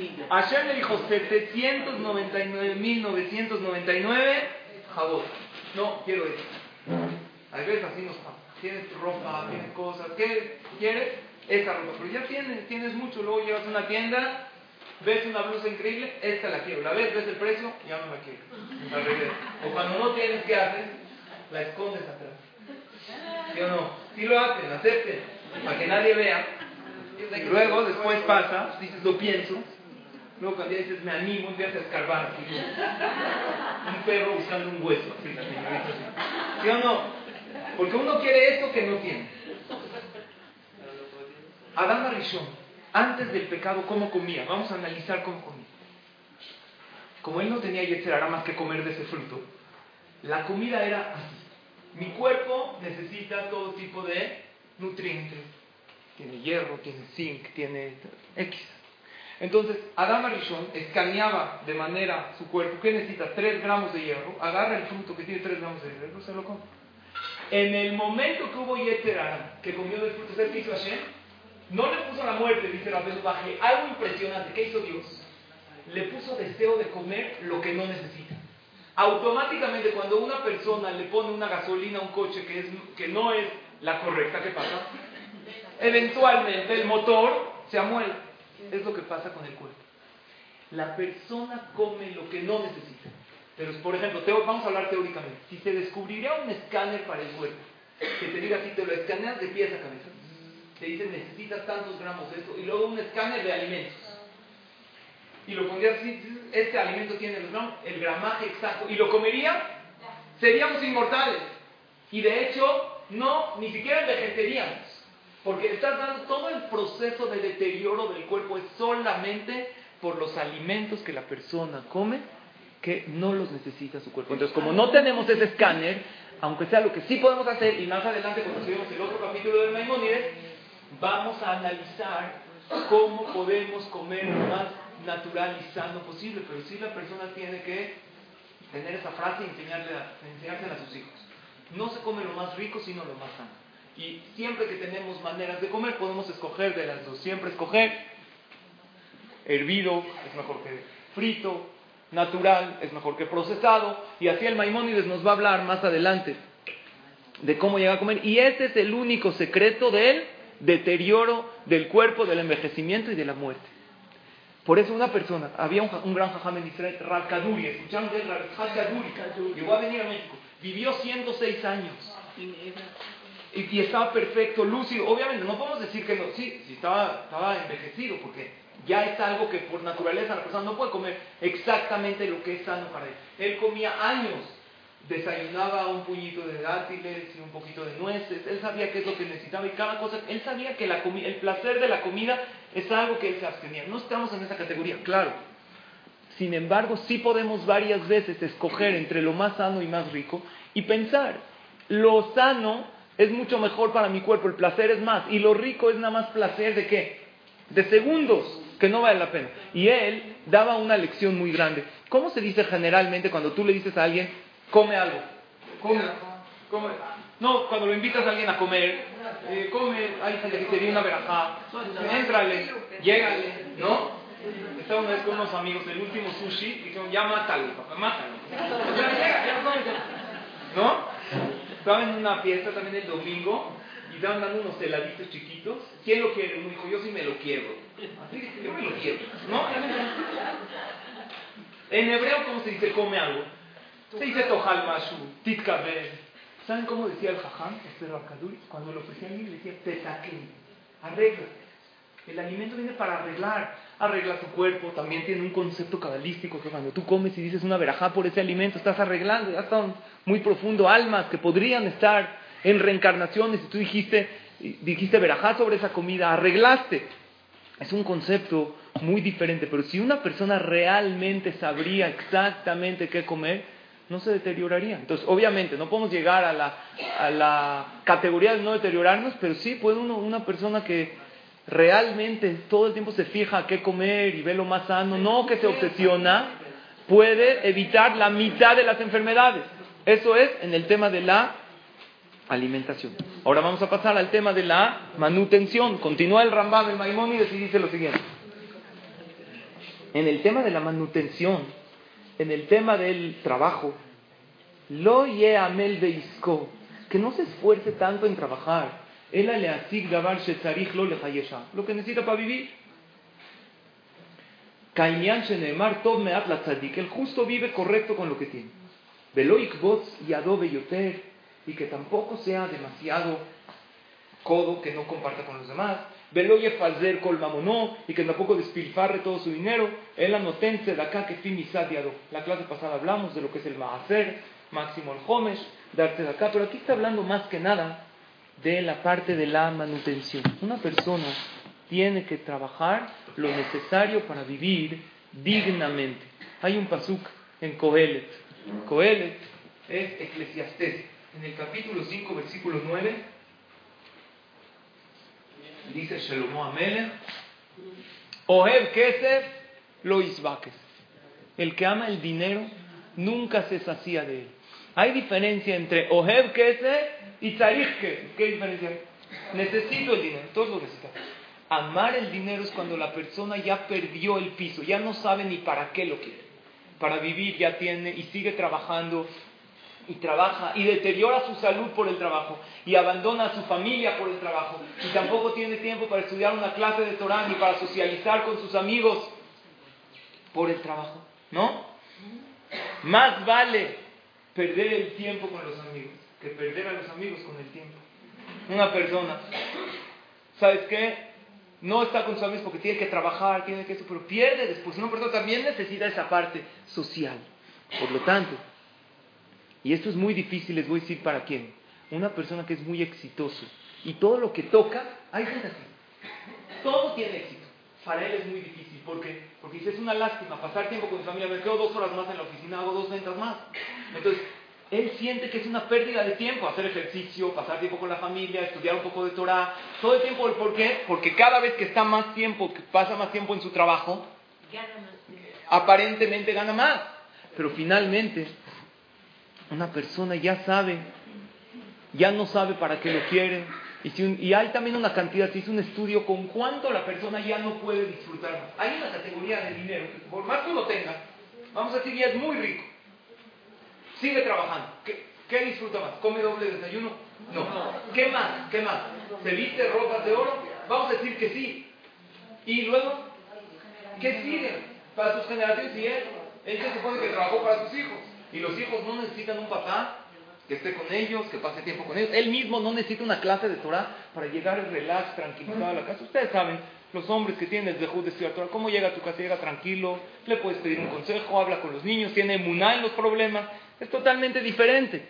Hashem le dijo setecientos noventa y nueve mil novecientos noventa y nueve jabot. No, quiero esto. A veces así nos pasa. Tienes ropa, tienes cosas. ¿Qué quieres? Esta ropa. Pero ya tienes, tienes mucho. Luego llevas a una tienda, ves una blusa increíble, esta la quiero. La ves, ves el precio, ya no la quiero. Al revés. O cuando no tienes, ¿qué haces? La escondes atrás. ¿Sí o no? Sí lo hacen, acepten. Para que nadie vea. Y luego, después pasa, dices, lo pienso. Luego cuando ya dices, me animo, empiezas a escarbar. Así, un perro buscando un hueso. Así, la señorita, así. ¿Sí o no? Porque uno quiere esto que no tiene. Adán Arishon, antes del pecado, ¿cómo comía? Vamos a analizar cómo comía. Como él no tenía yetzer hara más que comer de ese fruto, la comida era así. Mi cuerpo necesita todo tipo de nutrientes. Tiene hierro, tiene zinc, tiene X. Entonces, Adán Arishon escaneaba de manera su cuerpo. ¿Qué necesita? tres gramos de hierro. Agarra el fruto que tiene tres gramos de hierro, se lo come. En el momento que hubo yetzer hara, que comió del fruto, ¿sabes qué hizo Hashem? No le puso la muerte, dice Rabbi Bajé. Algo impresionante. ¿Qué hizo Dios? Le puso deseo de comer lo que no necesita. Automáticamente, cuando una persona le pone una gasolina a un coche que, es, que no es la correcta, ¿qué pasa? Eventualmente el motor se amuela. Es lo que pasa con el cuerpo. La persona come lo que no necesita. Pero, por ejemplo, teo, vamos a hablar teóricamente. Si se descubriría un escáner para el cuerpo, que te diga, si te lo escaneas de pies a cabeza, te dicen, necesitas tantos gramos de esto, y luego un escáner de alimentos. Y lo pondrías así, este alimento tiene los gramos, el gramaje exacto, y lo comería, seríamos inmortales. Y de hecho, no, ni siquiera envejeceríamos. Porque estás dando todo el proceso de deterioro del cuerpo es solamente por los alimentos que la persona come que no los necesita su cuerpo. Entonces, como no tenemos ese escáner, aunque sea lo que sí podemos hacer, y más adelante cuando estudiemos el otro capítulo de Maimónides, vamos a analizar cómo podemos comer lo más natural y sano posible. Pero sí la persona tiene que tener esa frase y enseñarle a, enseñársela a sus hijos. No se come lo más rico, sino lo más sano. Y siempre que tenemos maneras de comer, podemos escoger de las dos. Siempre escoger hervido, es mejor que frito, natural, es mejor que procesado. Y así el Maimónides nos va a hablar más adelante de cómo llegar a comer. Y ese es el único secreto del deterioro del cuerpo, del envejecimiento y de la muerte. Por eso una persona, había un, un gran jajam en Israel, Rav Kaduri, ¿escucharon de él? Rav Kaduri, llegó a venir a México, vivió ciento seis años. Y, y estaba perfecto, lúcido. Obviamente no podemos decir que no, sí, sí estaba, estaba envejecido, porque ya es algo que por naturaleza la persona no puede comer exactamente lo que es sano para él. Él comía años, desayunaba un puñito de dátiles y un poquito de nueces. Él sabía qué es lo que necesitaba y cada cosa. Él sabía que la comi- el placer de la comida es algo que él se abstenía. No estamos en esa categoría, claro. Sin embargo, sí podemos varias veces escoger entre lo más sano y más rico y pensar, lo sano es mucho mejor para mi cuerpo, el placer es más, y lo rico es nada más placer de ¿qué? De segundos, que no vale la pena. Y él daba una lección muy grande. ¿Cómo se dice generalmente cuando tú le dices a alguien, come algo? Come, come. No, cuando lo invitas a alguien a comer, eh, come, ahí te di una verajá, éntrale, llégale, ¿no? Estaba una vez con unos amigos, el último sushi, y dijeron, ya mátalo, papá, mátalo. O sea, llega, ya come, ¿no? Estaba en una fiesta también el domingo y estaban dando unos heladitos chiquitos. ¿Quién lo quiere? Uno dijo, yo sí me lo quiero. Así que yo me lo quiero, ¿no? En hebreo, ¿cómo se dice come algo? Se dice tojal mashu, titkaber. ¿Saben cómo decía el jajam, este Rav Kaduri? Cuando lo ofrecía a alguien le decía, tetaken, arregla. El alimento viene para arreglar, arregla tu cuerpo. También tiene un concepto cabalístico que cuando tú comes y dices una verajá por ese alimento, estás arreglando, ya está muy profundo, almas que podrían estar en reencarnaciones. Y tú dijiste, dijiste verajá sobre esa comida, arreglaste. Es un concepto muy diferente, pero si una persona realmente sabría exactamente qué comer, no se deterioraría. Entonces, obviamente, no podemos llegar a la, a la categoría de no deteriorarnos, pero sí puede uno, una persona que realmente todo el tiempo se fija a qué comer y ve lo más sano, no que se obsesiona, puede evitar la mitad de las enfermedades. Eso es en el tema de la alimentación. Ahora vamos a pasar al tema de la manutención. Continúa el Rambam, el Maimónides, y dice lo siguiente. En el tema de la manutención, en el tema del trabajo, Lo ye'amel be'isko, que no se esfuerce tanto en trabajar. Ela le'asig davar shetzarich lo lechayesha, lo que necesita para vivir. Kainyan sheneemar tov me'at latzadik, el justo vive correcto con lo que tiene. Velo ikbotz yado beyoter, y que tampoco sea demasiado codo, que no comparta con los demás. Velo yefalzer kol mamonó, y que tampoco despilfarre todo su dinero. Ela notense de acá que fin misad yado. La clase pasada hablamos de lo que es el maaser, máximo el homesh, darte de acá, pero aquí está hablando más que nada de la parte de la manutención. Una persona tiene que trabajar lo necesario para vivir dignamente. Hay un pasuk en Kohelet. Kohelet es Eclesiastés. En el capítulo cinco, versículo nueve, dice Shlomo Amelech, Ohev kesef lo isbakes. El que ama el dinero nunca se sacía de él. Hay diferencia entre Ohev kesef y tzarich kesef. ¿Qué diferencia hay? Necesito el dinero, todos lo necesitamos. Amar el dinero es cuando la persona ya perdió el piso, ya no sabe ni para qué lo quiere. Para vivir ya tiene y sigue trabajando y trabaja y deteriora su salud por el trabajo y abandona a su familia por el trabajo y tampoco tiene tiempo para estudiar una clase de Torah ni para socializar con sus amigos por el trabajo, ¿no? Más vale perder el tiempo con los amigos que perder a los amigos con el tiempo. Una persona, ¿sabes qué? No está con sus amigos porque tiene que trabajar, tiene que eso, pero pierde después. Una persona también necesita esa parte social. Por lo tanto, y esto es muy difícil, les voy a decir para quién. Una persona que es muy exitoso y todo lo que toca, hay gente así. Todo tiene éxito. Para él es muy difícil. ¿Por qué? Porque dice, es una lástima pasar tiempo con mi familia, me quedo dos horas más en la oficina, hago dos ventas más. Entonces, él siente que es una pérdida de tiempo hacer ejercicio, pasar tiempo con la familia, estudiar un poco de Torah, todo el tiempo. ¿Por qué? Porque cada vez que está más tiempo, que pasa más tiempo en su trabajo, aparentemente gana más. Pero finalmente, una persona ya sabe, ya no sabe para qué lo quiere. Y, si un, y hay también una cantidad, se hizo un estudio con cuánto la persona ya no puede disfrutar más. Hay una categoría de dinero, que por más que lo tenga, vamos a decir, ya es muy rico. Sigue trabajando. ¿Qué, qué disfruta más? ¿Come doble desayuno? No. ¿Qué más? ¿Qué más? ¿Se viste ropas de oro? Vamos a decir que sí. Y luego, ¿qué sigue para sus generaciones? Y él, él se supone que trabajó para sus hijos. Y los hijos no necesitan un papá que esté con ellos, que pase tiempo con ellos. Él mismo no necesita una clase de Torah para llegar relax, tranquilizado a la casa. Ustedes saben, los hombres que tienen el zehut de estudiar Torah, cómo llega a tu casa, llega tranquilo, le puedes pedir un consejo, habla con los niños, tiene emuná en los problemas. Es totalmente diferente.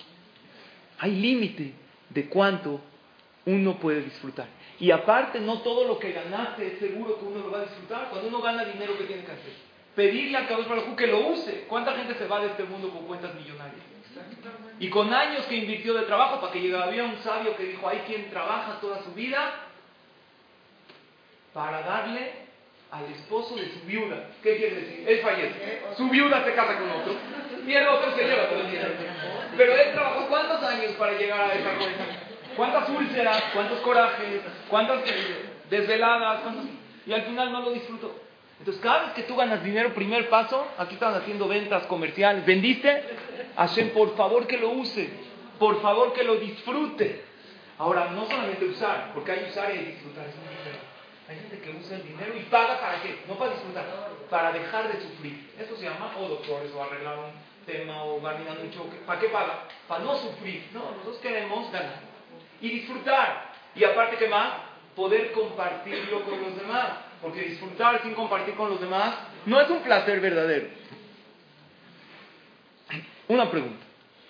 Hay límite de cuánto uno puede disfrutar. Y aparte, no todo lo que ganaste es seguro que uno lo va a disfrutar. Cuando uno gana dinero, ¿qué tiene que hacer? Pedirle a Kadosh Baruj Hu que lo use. ¿Cuánta gente se va de este mundo con cuentas millonarias? Y con años que invirtió de trabajo para que llegara. Había un sabio que dijo, hay quien trabaja toda su vida para darle al esposo de su viuda. ¿Qué quiere decir? Él fallece, su viuda se casa con otro y el otro se lleva todo el dinero. Pero él trabajó ¿cuántos años para llegar a esa cuenta? ¿Cuántas úlceras? ¿Cuántos corajes? ¿Cuántas desveladas? ¿Cuántos? Y al final no lo disfrutó. Entonces cada vez que tú ganas dinero, primer paso, aquí están haciendo ventas comerciales, ¿vendiste? Hashem, por favor que lo use, por favor que lo disfrute. Ahora, no solamente usar, porque hay usar y hay disfrutar, es muy diferente. Hay gente que usa el dinero y paga ¿para qué? No para disfrutar, para dejar de sufrir. Eso se llama o doctores, o arreglar un tema, o ganar un choque. ¿Para qué paga? Para no sufrir. No, nosotros queremos ganar y disfrutar. Y aparte, ¿qué más? Poder compartirlo con los demás. Porque disfrutar sin compartir con los demás no es un placer verdadero. Una pregunta.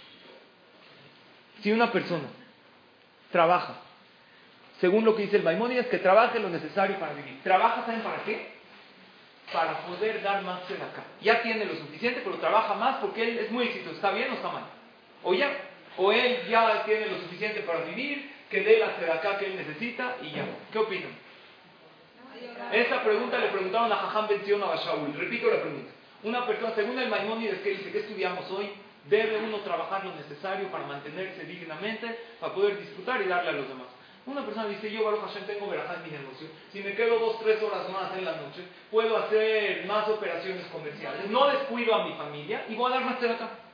Si una persona trabaja, según lo que dice el Maimónides, que trabaje lo necesario para vivir. ¿Trabaja, saben para qué? Para poder dar más de acá. Ya tiene lo suficiente, pero trabaja más porque él es muy exitoso. ¿Está bien o está mal? O ya, o él ya tiene lo suficiente para vivir, que dé la tzedakah que él necesita y ya. ¿Qué opinan? Esa pregunta le preguntaron a Jajam Ben Zion a Shaul. Repito la pregunta. Una persona, según el Maimónides, que dice que estudiamos hoy, debe uno trabajar lo necesario para mantenerse dignamente, para poder disfrutar y darle a los demás. Una persona dice, yo Baruch Hashem tengo verajá en mi negocio, si me quedo dos, tres horas más en la noche, puedo hacer más operaciones comerciales, no descuido a mi familia y voy a dar más de acá.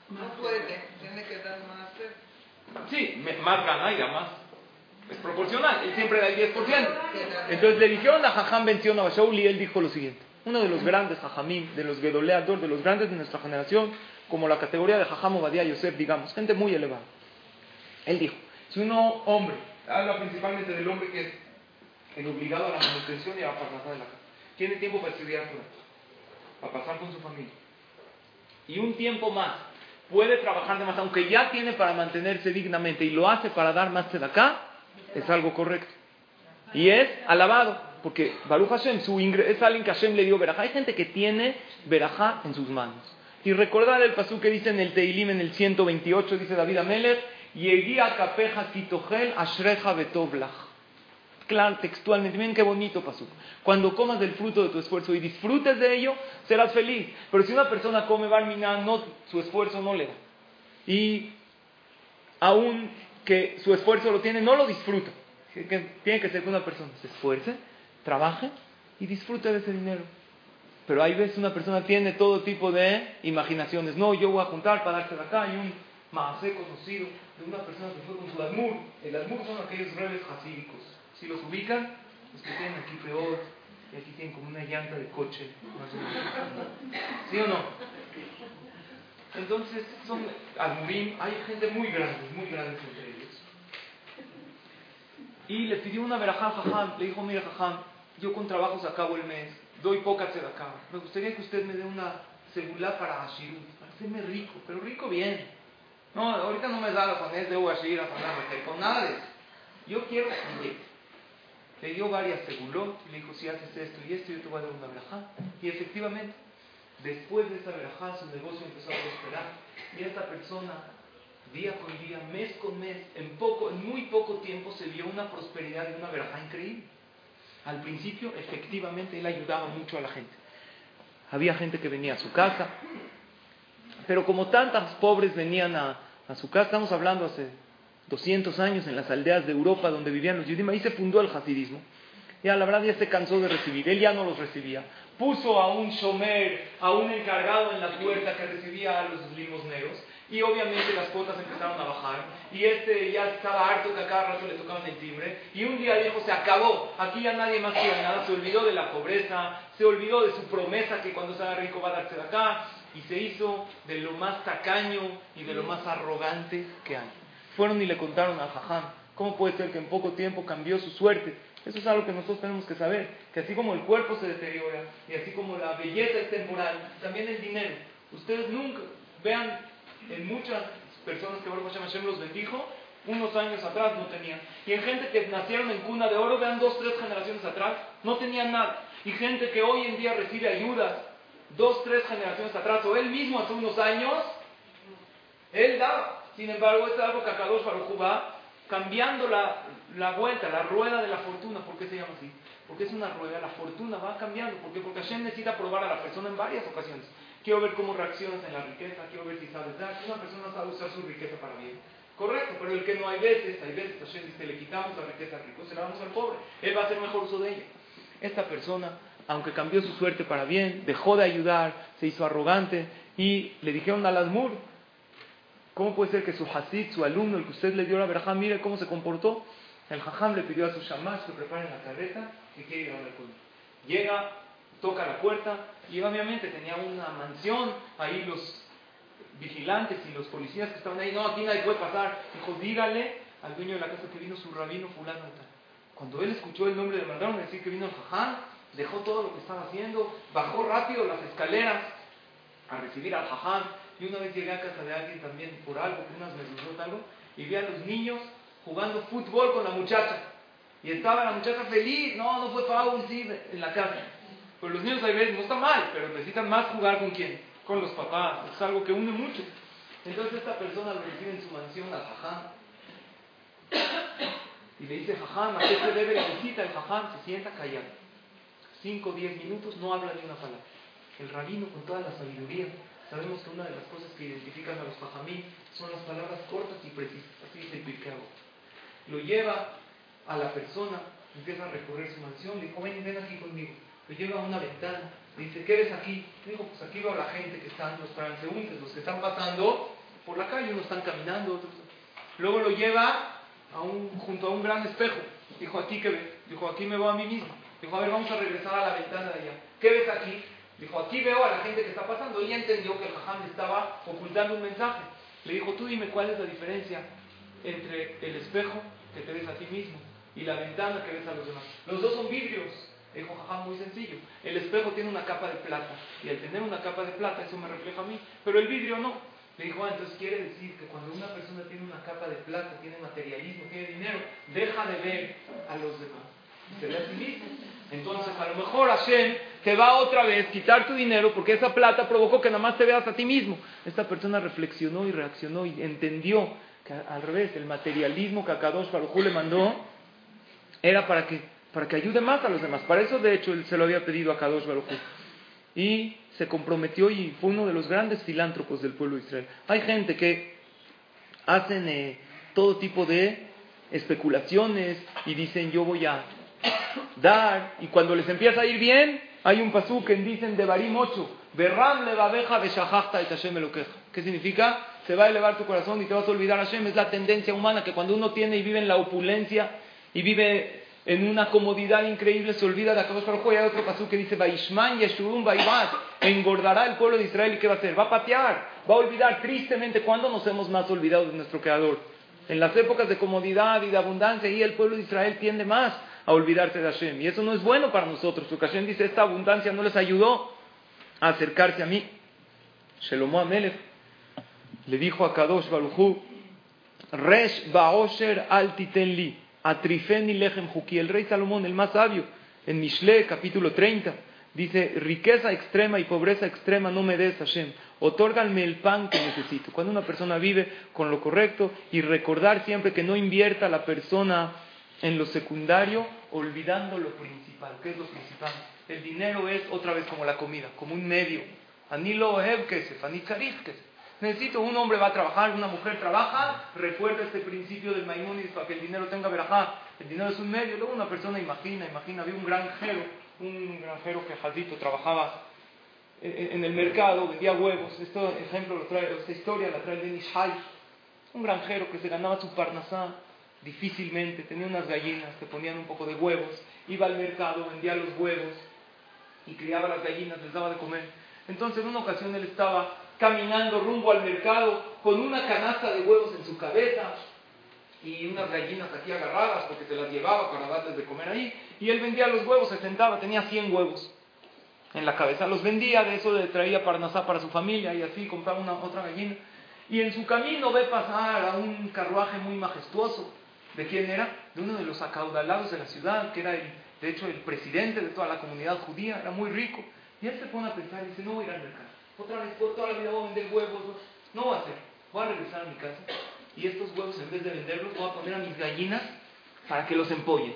No puede, tiene que dar más. Sí, me, más gana y da más. Es proporcional, él siempre da el diez por ciento. Entonces le dijeron a Jajam Ben Zion Abashaul y él dijo lo siguiente. Uno de los grandes Jajamim, de los Gedolei Ador, de los grandes de nuestra generación, como la categoría de Jajam Obadia Yosef, digamos, gente muy elevada. Él dijo, si un hombre, habla principalmente del hombre que es el obligado a la manutención y a la parnasá de la casa, tiene tiempo para estudiar Torah, para pasar con su familia, y un tiempo más puede trabajar de más, aunque ya tiene para mantenerse dignamente y lo hace para dar más tzedakah, es algo correcto. Y es alabado, porque Baruch Hashem su ingre- es alguien que Hashem le dio verajá. Hay gente que tiene verajá en sus manos. Y recordar el pasú que dice en el Teilim, en el ciento veintiocho, dice David Amelech, Yegia kapeja kitogel ashreja betovlach. Claro, textualmente, miren qué bonito pasú. Cuando comas del fruto de tu esfuerzo y disfrutes de ello, serás feliz. Pero si una persona come barminá, no, su esfuerzo no le da. Y aún que su esfuerzo lo tiene, no lo disfruta. Tiene que ser que una persona se esfuerce, trabaje y disfrute de ese dinero. Pero hay veces una persona tiene todo tipo de imaginaciones. No, yo voy a juntar para darse de acá. Hay un maasé conocido de una persona que fue con su admur. El admur son aquellos rebes hasídicos. Si los ubican, los que tienen aquí peor, y aquí tienen como una llanta de coche. Más o menos. ¿Sí o no? Entonces, son admurim, hay gente muy grande, muy grande entre ellos. Y le pidió una verajá a Jajam, le dijo, mira Jajam, yo con trabajos acabo el mes, doy poca tzedakah, me gustaría que usted me dé una segulá para Ashirut, para hacerme rico, pero rico bien. No, ahorita no me da la fanés de Ashir, con nada de eso. Yo quiero billete. Le dio varias segulot, y le dijo, si haces esto y esto, yo te voy a dar una verajá. Y efectivamente, después de esa verajá, su negocio empezó a prosperar, y esta persona, día con día, mes con mes, en poco, en muy poco tiempo se vio una prosperidad y una verajá increíble. Al principio, efectivamente, él ayudaba mucho a la gente. Había gente que venía a su casa, pero como tantas pobres venían a, a su casa, estamos hablando hace doscientos años en las aldeas de Europa donde vivían los judíos, ahí se fundó el hasidismo. Ya la verdad ya se cansó de recibir, él ya no los recibía. Puso a un shomer, a un encargado en la puerta que recibía a los limosneros, y obviamente las cuotas empezaron a bajar, y este ya estaba harto que a cada rato le tocaban el timbre, y un día dijo, se acabó, aquí ya nadie más quiere nada, se olvidó de la pobreza, se olvidó de su promesa que cuando sea rico va a darse de acá, y se hizo de lo más tacaño y de lo más arrogante que hay. Fueron y le contaron al Jajam, ¿cómo puede ser que en poco tiempo cambió su suerte? Eso es algo que nosotros tenemos que saber, que así como el cuerpo se deteriora, y así como la belleza es temporal, también el dinero. Ustedes nunca, vean, en muchas personas que Baruch Hashem los bendijo, unos años atrás no tenían. Y en gente que nacieron en cuna de oro, vean dos, tres generaciones atrás, no tenían nada. Y gente que hoy en día recibe ayudas, dos, tres generaciones atrás, o él mismo hace unos años, él daba. Sin embargo, es algo que Akadosh Baruj Hu va cambiando la, la vuelta, la rueda de la fortuna. ¿Por qué se llama así? Porque es una rueda, la fortuna va cambiando. ¿Por qué? Porque Hashem necesita probar a la persona en varias ocasiones. Quiero ver cómo reaccionas en la riqueza, quiero ver si sabes dar. Una persona sabe usar su riqueza para bien. Correcto, pero el que no hay veces, hay veces Hashem dice, le quitamos la riqueza al rico, se la damos al pobre. Él va a hacer mejor uso de ella. Esta persona, aunque cambió su suerte para bien, dejó de ayudar, se hizo arrogante y le dijeron al Admur, ¿cómo puede ser que su hasid, su alumno, el que usted le dio la verajá, mire cómo se comportó? El jajam le pidió a su shamash que preparen la carreta que quiere ir a hablar con él. Llega, toca la puerta y obviamente tenía una mansión, ahí los vigilantes y los policías que estaban ahí, no, aquí nadie puede pasar. Dijo, dígale al dueño de la casa que vino su rabino fulano y tal. Cuando él escuchó el nombre, le mandaron a decir que vino el jajam, dejó todo lo que estaba haciendo, bajó rápido las escaleras a recibir al jajam. Y una vez llegué a casa de alguien también por algo, por unas mesuzot, algo, y vi a los niños jugando fútbol con la muchacha. Y estaba la muchacha feliz, no, no fue foul, sí, en la casa. Pero los niños a veces no está mal, pero necesitan más jugar con quién, con los papás. Es algo que une mucho. Entonces esta persona lo recibe en su mansión al jajam. Y le dice, jajam, ¿a qué se debe la visita? El jajam se sienta callado. Cinco o diez minutos, no habla ni una palabra. El rabino, con toda la sabiduría, sabemos que una de las cosas que identifican a los jajamí son las palabras cortas y precisas. Así dice el Pirkei Avot. Lo lleva a la persona, empieza a recorrer su mansión, le dijo, ven, ven aquí conmigo. Lo lleva a una ventana, le dice, ¿qué ves aquí? Le dijo, pues aquí veo a la gente que están, los transeúntes, los que están pasando, por la calle, unos están caminando, otros. Luego lo lleva a un, junto a un gran espejo. Dijo, ¿aquí qué ves? Dijo, aquí me veo a mí mismo. Dijo, a ver, vamos a regresar a la ventana de allá. ¿Qué ves aquí? Dijo, aquí veo a la gente que está pasando. Ella entendió que el jajam le estaba ocultando un mensaje. Le dijo, tú dime cuál es la diferencia entre el espejo que te ves a ti mismo y la ventana que ves a los demás. Los dos son vidrios. Dijo, jajam, muy sencillo. El espejo tiene una capa de plata y al tener una capa de plata eso me refleja a mí, pero el vidrio no. Le dijo, ah, entonces quiere decir que cuando una persona tiene una capa de plata, tiene materialismo, tiene dinero, deja de ver a los demás y se ve a sí mismo. Entonces a lo mejor Hashem te va otra vez a quitar tu dinero porque esa plata provocó que nada más te veas a ti mismo. Esta persona reflexionó y reaccionó y entendió que al revés, el materialismo que a Kadosh Baruj Hu le mandó era para que, para que ayude más a los demás. Para eso de hecho él se lo había pedido a Kadosh Baruj Hu. Y se comprometió y fue uno de los grandes filántropos del pueblo de Israel. Hay gente que hacen eh, todo tipo de especulaciones y dicen yo voy a dar, y cuando les empieza a ir bien hay un pasú que dicen Devarim ocho, Berram levabeja beshachachta et Hashem elokeja. ¿Qué significa? Se va a elevar tu corazón y te vas a olvidar a Hashem. Es la tendencia humana que cuando uno tiene y vive en la opulencia y vive en una comodidad increíble, se olvida de Akadosh Baruj Hu. Y hay otro pasú que dice Vaishman Yeshurun Vaivat, engordará el pueblo de Israel. ¿Y qué va a hacer? Va a patear, va a olvidar tristemente. ¿Cuándo nos hemos más olvidado de nuestro Creador? En las épocas de comodidad y de abundancia, y el pueblo de Israel tiende más a olvidarse de Hashem. Y eso no es bueno para nosotros, porque Hashem dice, esta abundancia no les ayudó a acercarse a mí. Shelomo Amelech le dijo a Kadosh Baruj Hu, Resh Baosher al titenli, atrifeni lechem juki. El rey Salomón, el más sabio, en Mishle, capítulo treinta, dice, riqueza extrema y pobreza extrema no me des, Hashem. Otórganme el pan que necesito. Cuando una persona vive con lo correcto y recordar siempre que no invierta la persona en lo secundario, olvidando lo principal. ¿Qué es lo principal? El dinero es otra vez como la comida, como un medio. Ani lo ohev kesef, ani tzarich kesef. Necesito, un hombre va a trabajar, una mujer trabaja, recuerda este principio del Maimónides para que el dinero tenga verajá. El dinero es un medio. Luego una persona imagina, imagina, había un granjero, un granjero que Jadito trabajaba en el mercado, vendía huevos. Este ejemplo lo trae, esta historia la trae el Ben Ishai. Un granjero que se ganaba su parnasá difícilmente, tenía unas gallinas que ponían un poco de huevos, iba al mercado, vendía los huevos y criaba las gallinas, les daba de comer. Entonces en una ocasión él estaba caminando rumbo al mercado con una canasta de huevos en su cabeza y unas gallinas aquí agarradas porque se las llevaba para darles de comer ahí, y él vendía los huevos, se sentaba, tenía cien huevos en la cabeza, los vendía, de eso le traía parnasá para su familia y así compraba una otra gallina. Y en su camino ve pasar a un carruaje muy majestuoso. ¿De quién era? De uno de los acaudalados de la ciudad, que era el, de hecho el presidente de toda la comunidad judía, era muy rico. Y él se pone a pensar y dice, no voy a ir al mercado, otra vez, por toda la vida voy a vender huevos, no voy a hacer, voy a regresar a mi casa y estos huevos en vez de venderlos voy a poner a mis gallinas para que los empollen.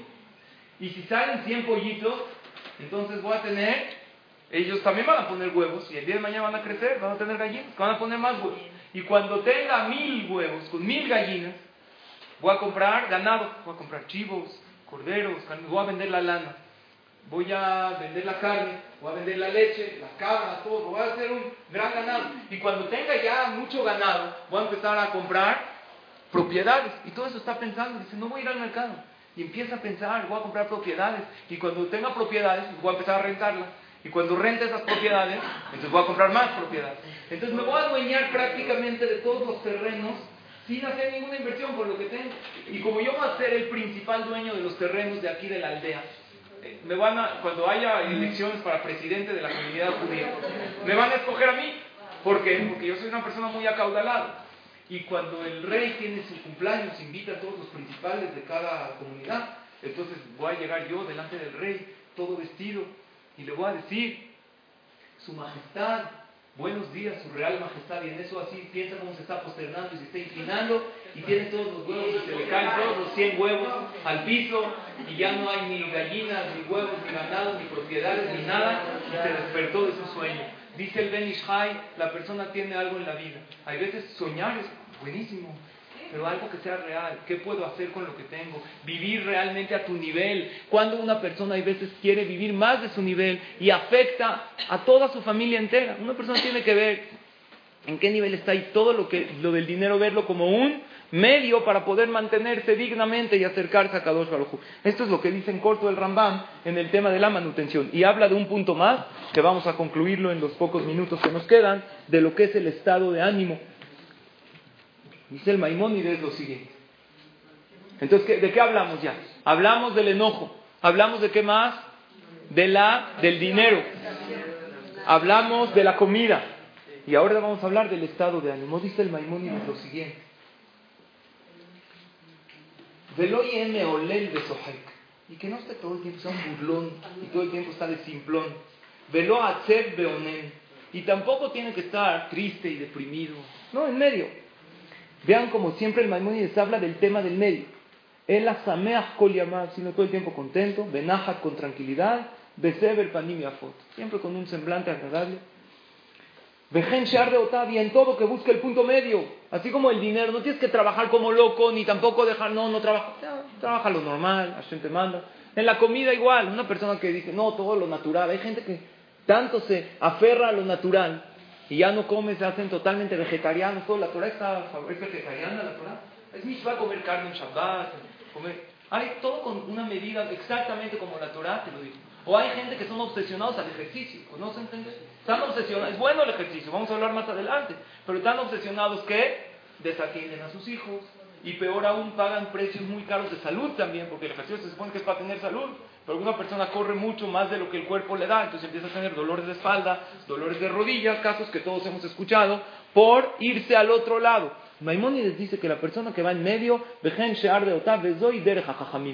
Y si salen cien pollitos, entonces voy a tener, ellos también van a poner huevos y el día de mañana van a crecer, van a tener gallinas, van a poner más huevos. Y cuando tenga mil huevos con mil gallinas, voy a comprar ganado, voy a comprar chivos, corderos, voy a vender la lana, voy a vender la carne, voy a vender la leche, las cabras, todo, voy a hacer un gran ganado. Y cuando tenga ya mucho ganado, voy a empezar a comprar propiedades. Y todo eso está pensando, dice, no voy a ir al mercado. Y empieza a pensar, voy a comprar propiedades. Y cuando tenga propiedades, voy a empezar a rentarlas. Y cuando rente esas propiedades, entonces voy a comprar más propiedades. Entonces me voy a adueñar prácticamente de todos los terrenos sin hacer ninguna inversión por lo que tengo. Y como yo voy a ser el principal dueño de los terrenos de aquí de la aldea, me van a, cuando haya elecciones para presidente de la comunidad judía, me van a escoger a mí. ¿Por qué? Porque yo soy una persona muy acaudalada. Y cuando el rey tiene su cumpleaños, invita a todos los principales de cada comunidad, entonces voy a llegar yo delante del rey, todo vestido, y le voy a decir, su majestad, buenos días, su real majestad. Y en eso así piensa cómo se está posternando y se está inclinando y tiene todos los huevos y se le caen todos los cien huevos al piso y ya no hay ni gallinas, ni huevos, ni ganado, ni propiedades, ni nada, y se despertó de su sueño. Dice el Ben Ishai, la persona tiene algo en la vida. Hay veces soñar es buenísimo, pero algo que sea real. ¿Qué puedo hacer con lo que tengo? Vivir realmente a tu nivel. Cuando una persona hay veces quiere vivir más de su nivel y afecta a toda su familia entera. Una persona tiene que ver ¿En qué nivel está? Y todo lo, que, lo del dinero verlo como un medio para poder mantenerse dignamente y acercarse a Kadosh Baruj Hu. Esto es lo que dice en corto el Rambam en el tema de la manutención. Y habla de un punto más, que vamos a concluirlo en los pocos minutos que nos quedan, de lo que es el estado de ánimo. Dice el Maimónides lo siguiente. Entonces, ¿de qué hablamos ya? Hablamos del enojo. ¿Hablamos de qué más? De la, del dinero. Hablamos de la comida. Y ahora vamos a hablar del estado de ánimo. Dice el Maimónides lo siguiente. Y que no esté todo el tiempo, sea un burlón, y todo el tiempo está de simplón. Velo atzev beonen. Y tampoco tiene que estar triste y deprimido. No, en medio. Vean como siempre el Maimónides habla del tema del medio. El asameach kol yamav, sino todo el tiempo contento, benajat con tranquilidad, besever panim yafot, siempre con un semblante agradable. Vejen shear de otav, y en todo que busque el punto medio, así como el dinero, no tienes que trabajar como loco, ni tampoco dejar, no, no trabaja, ya, trabaja lo normal, Hashem te manda. En la comida igual, una persona que dice, no, todo lo natural, hay gente que tanto se aferra a lo natural, y ya no come, se hacen totalmente vegetarianos, todo, la Torah está, es vegetariana la Torah, es mishvah comer carne en Shabbat, comer, hay todo con una medida exactamente como la Torah te lo dice. O hay gente que son obsesionados al ejercicio, ¿conocen gente? Están obsesionados, es bueno el ejercicio, vamos a hablar más adelante, pero están obsesionados que desatienden a sus hijos y peor aún pagan precios muy caros de salud también, porque el ejercicio se supone que es para tener salud, pero una persona corre mucho más de lo que el cuerpo le da, entonces empieza a tener dolores de espalda, dolores de rodillas, casos que todos hemos escuchado, por irse al otro lado. Maimónides dice que la persona que va en medio, vejen shear de otav vezoi derech hachachamim.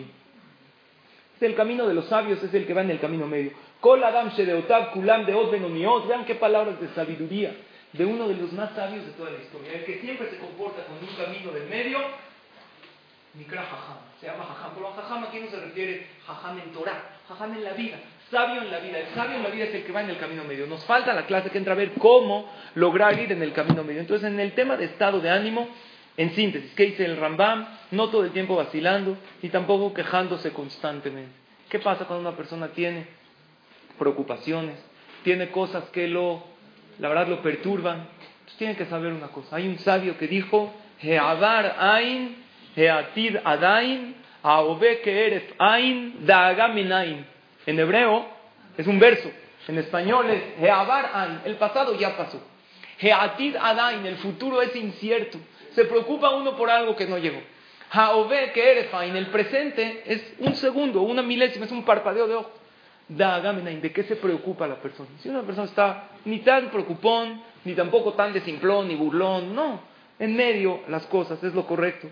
El camino de los sabios es el que va en el camino medio. Kol adam shedeotav kulam deot benoniot. Vean qué palabras de sabiduría de uno de los más sabios de toda la historia. El que siempre se comporta con un camino del medio, Nikra Jajam, se llama Jajam. Pero Jajam aquí no se refiere Jajam en Torah, Jajam en la vida, sabio en la vida. El sabio en la vida es el que va en el camino medio. Nos falta la clase que entra a ver cómo lograr ir en el camino medio. Entonces, en el tema de estado de ánimo, en síntesis, ¿qué dice el Rambam? No todo el tiempo vacilando y tampoco quejándose constantemente. ¿Qué pasa cuando una persona tiene preocupaciones, tiene cosas que lo, la verdad, lo perturban? Entonces tiene que saber una cosa. Hay un sabio que dijo, He'avar ain, he'atid adain, ha'ove ke'eref ain, da'aga minain. En hebreo es un verso. En español es He'avar ain, el pasado ya pasó. He'atid adain, el futuro es incierto. Se preocupa uno por algo que no llegó. Ha'ove ke'eref ain, el presente es un segundo, una milésima, es un parpadeo de ojos. Da'aga minain, ¿de qué se preocupa la persona? Si una persona está ni tan preocupón, ni tampoco tan de simplón, ni burlón, no. En medio las cosas, es lo correcto.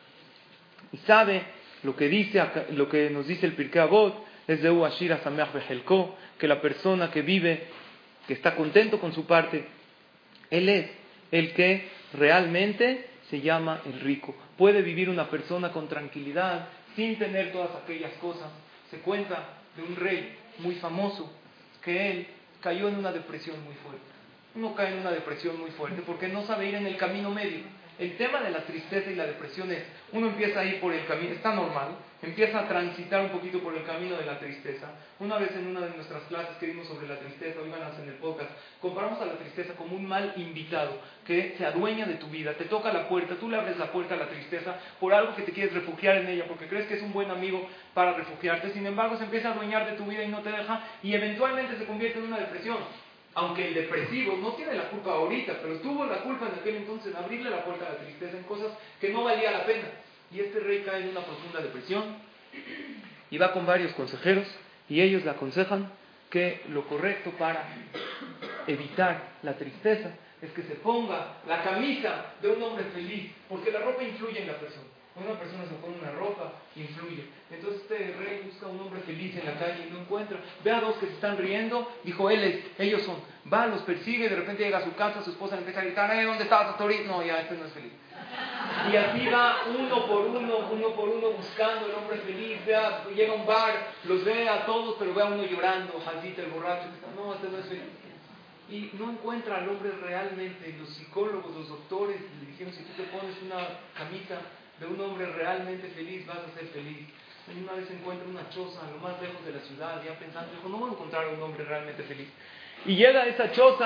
Y sabe lo que dice, lo que nos dice el Pirkei Avot, es de Uashir Asameach Behelko, que la persona que vive, que está contento con su parte, él es el que realmente se llama el rico. Puede vivir una persona con tranquilidad, sin tener todas aquellas cosas. Se cuenta de un rey muy famoso, que él cayó en una depresión muy fuerte. Uno cae en una depresión muy fuerte porque no sabe ir en el camino medio. El tema de la tristeza y la depresión es, uno empieza a ir por el camino, está normal, empieza a transitar un poquito por el camino de la tristeza. Una vez en una de nuestras clases que dimos sobre la tristeza, oíganos en el podcast, comparamos a la tristeza como un mal invitado que se adueña de tu vida, te toca la puerta, tú le abres la puerta a la tristeza por algo que te quieres refugiar en ella, porque crees que es un buen amigo para refugiarte. Sin embargo, se empieza a adueñar de tu vida y no te deja, y eventualmente se convierte en una depresión. Aunque el depresivo no tiene la culpa ahorita, pero tuvo la culpa en aquel entonces de abrirle la puerta a la tristeza en cosas que no valía la pena. Y este rey cae en una profunda depresión y va con varios consejeros y ellos le aconsejan que lo correcto para evitar la tristeza es que se ponga la camisa de un hombre feliz, porque la ropa influye en la persona. Cuando una persona se pone una ropa, influye. Entonces este rey busca a un hombre feliz en la calle y lo encuentra. Ve a dos que se están riendo, dijo, él es, ellos son. Va, los persigue, de repente llega a su casa, su esposa le empieza a gritar, eh, ¿dónde estabas hasta ahorita? No, ya, este no es feliz. Y así va uno por uno, uno por uno buscando el hombre feliz. Ve a, llega a un bar, los ve a todos, pero ve a uno llorando, Jaldita, el borracho, no, este no es feliz. Y no encuentra al hombre realmente. Y los psicólogos, los doctores le dijeron, si tú te pones una camisa de un hombre realmente feliz, vas a ser feliz. Y una vez encuentra una choza a lo más lejos de la ciudad, ya pensando, dijo, no voy a encontrar a un hombre realmente feliz. Y llega a esa choza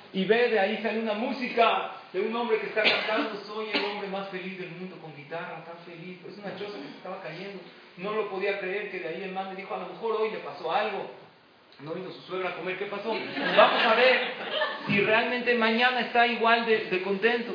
y ve de ahí sale una música de un hombre que está cantando, soy el hombre más feliz del mundo, con guitarra, tan feliz. Es una choza que se estaba cayendo. No lo podía creer, que de ahí el man le dijo, a lo mejor hoy le pasó algo. No vino su suegra a comer, ¿qué pasó? Vamos a ver si realmente mañana está igual de, de contento.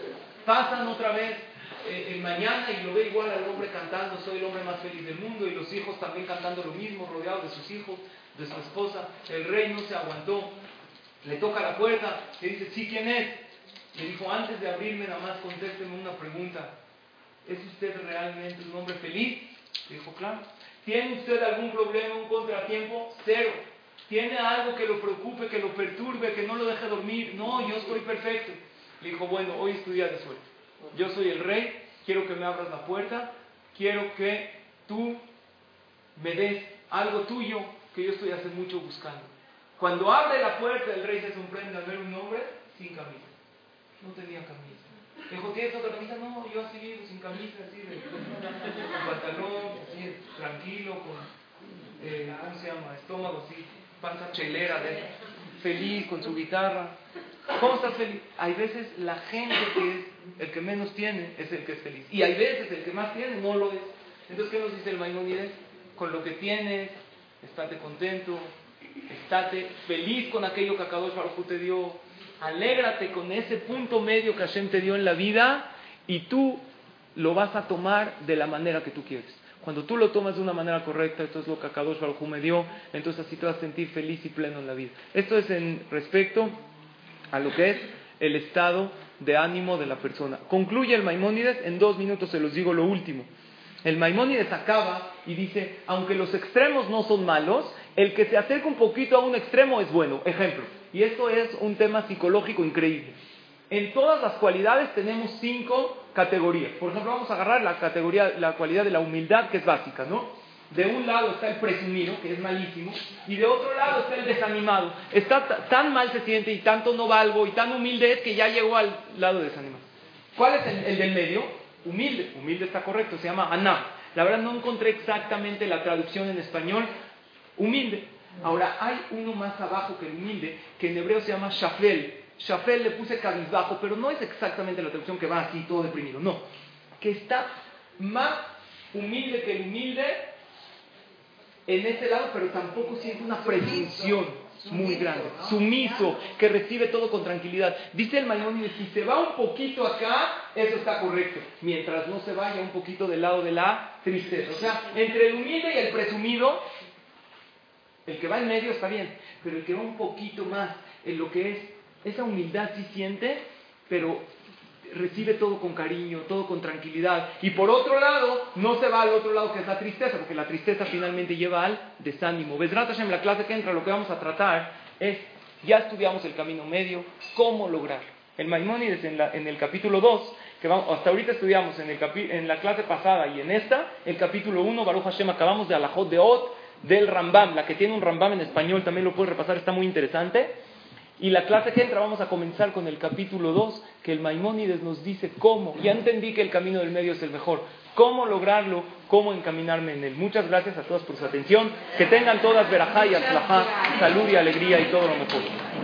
Pasan otra vez eh, el mañana y lo ve igual al hombre cantando, soy el hombre más feliz del mundo, y los hijos también cantando lo mismo, rodeados de sus hijos, de su esposa. El rey no se aguantó, le toca la puerta, le dice, ¿sí quién es? Le dijo, antes de abrirme nada más contésteme una pregunta, ¿es usted realmente un hombre feliz? Le dijo, claro. ¿Tiene usted algún problema, un contratiempo? Cero. ¿Tiene algo que lo preocupe, que lo perturbe, que no lo deje dormir? No, yo estoy perfecto. Le dijo, bueno, hoy es tu día de suerte. Yo soy el rey, quiero que me abras la puerta, quiero que tú me des algo tuyo que yo estoy hace mucho buscando. Cuando abre la puerta, el rey se sorprende al ver un hombre sin camisa. No tenía camisa. Le dijo, ¿tienes otra camisa? No, yo así vivo, sin camisa, así, de, con pantalón, así, tranquilo, con, eh, ¿cómo se llama? Estómago así, panza chelera, de, feliz, con su guitarra. ¿Cómo estás feliz? Hay veces la gente que es el que menos tiene es el que es feliz. Y hay veces el que más tiene no lo es. Entonces, ¿qué nos dice el Maimónides? Con lo que tienes, estate contento, estate feliz con aquello que Akadosh Baruj Hu te dio. Alégrate con ese punto medio que Hashem te dio en la vida y tú lo vas a tomar de la manera que tú quieres. Cuando tú lo tomas de una manera correcta, esto es lo que Akadosh Baruj Hu me dio, entonces así te vas a sentir feliz y pleno en la vida. Esto es en respecto a lo que es el estado de ánimo de la persona. Concluye el Maimónides, en dos minutos se los digo lo último. El Maimónides acaba y dice, aunque los extremos no son malos, el que se acerca un poquito a un extremo es bueno. Ejemplo, y esto es un tema psicológico increíble. En todas las cualidades tenemos cinco categorías. Por ejemplo, vamos a agarrar la categoría, la cualidad de la humildad, que es básica, ¿no? De un lado está el presumido, que es malísimo, y de otro lado está el desanimado. Está t- tan mal se siente y tanto no valgo y tan humilde es que ya llegó al lado desanimado. ¿Cuál es el, el del medio? Humilde. Humilde está correcto, se llama aná. La verdad no encontré exactamente la traducción en español. Humilde. Ahora, hay uno más abajo que el humilde, que en hebreo se llama shafel. Shafel le puse cabizbajo, pero no es exactamente la traducción que va así, todo deprimido. No. Que está más humilde que el humilde en ese lado, pero tampoco siente una presunción muy grande. Sumiso, que recibe todo con tranquilidad. Dice el Maimónides, si se va un poquito acá, eso está correcto. Mientras no se vaya un poquito del lado de la tristeza. O sea, entre el humilde y el presumido, el que va en medio está bien, pero el que va un poquito más en lo que es, esa humildad sí siente, pero recibe todo con cariño, todo con tranquilidad. Y por otro lado, no se va al otro lado que es la tristeza, porque la tristeza finalmente lleva al desánimo. Bezrat Hashem, la clase que entra, lo que vamos a tratar es, ya estudiamos el camino medio, cómo lograr. El Maimónides en, la, en el capítulo dos, que vamos, hasta ahorita estudiamos en, el capi, en la clase pasada y en esta, el capítulo uno, Baruch Hashem, acabamos de Alajot de Ot, del Rambam, la que tiene un Rambam en español, también lo puedes repasar, está muy interesante. Y la clase que entra vamos a comenzar con el capítulo dos, que el Maimónides nos dice cómo, ya entendí que el camino del medio es el mejor, cómo lograrlo, cómo encaminarme en él. Muchas gracias a todos por su atención, que tengan todas verajá y atzlajá, salud y alegría y todo lo mejor.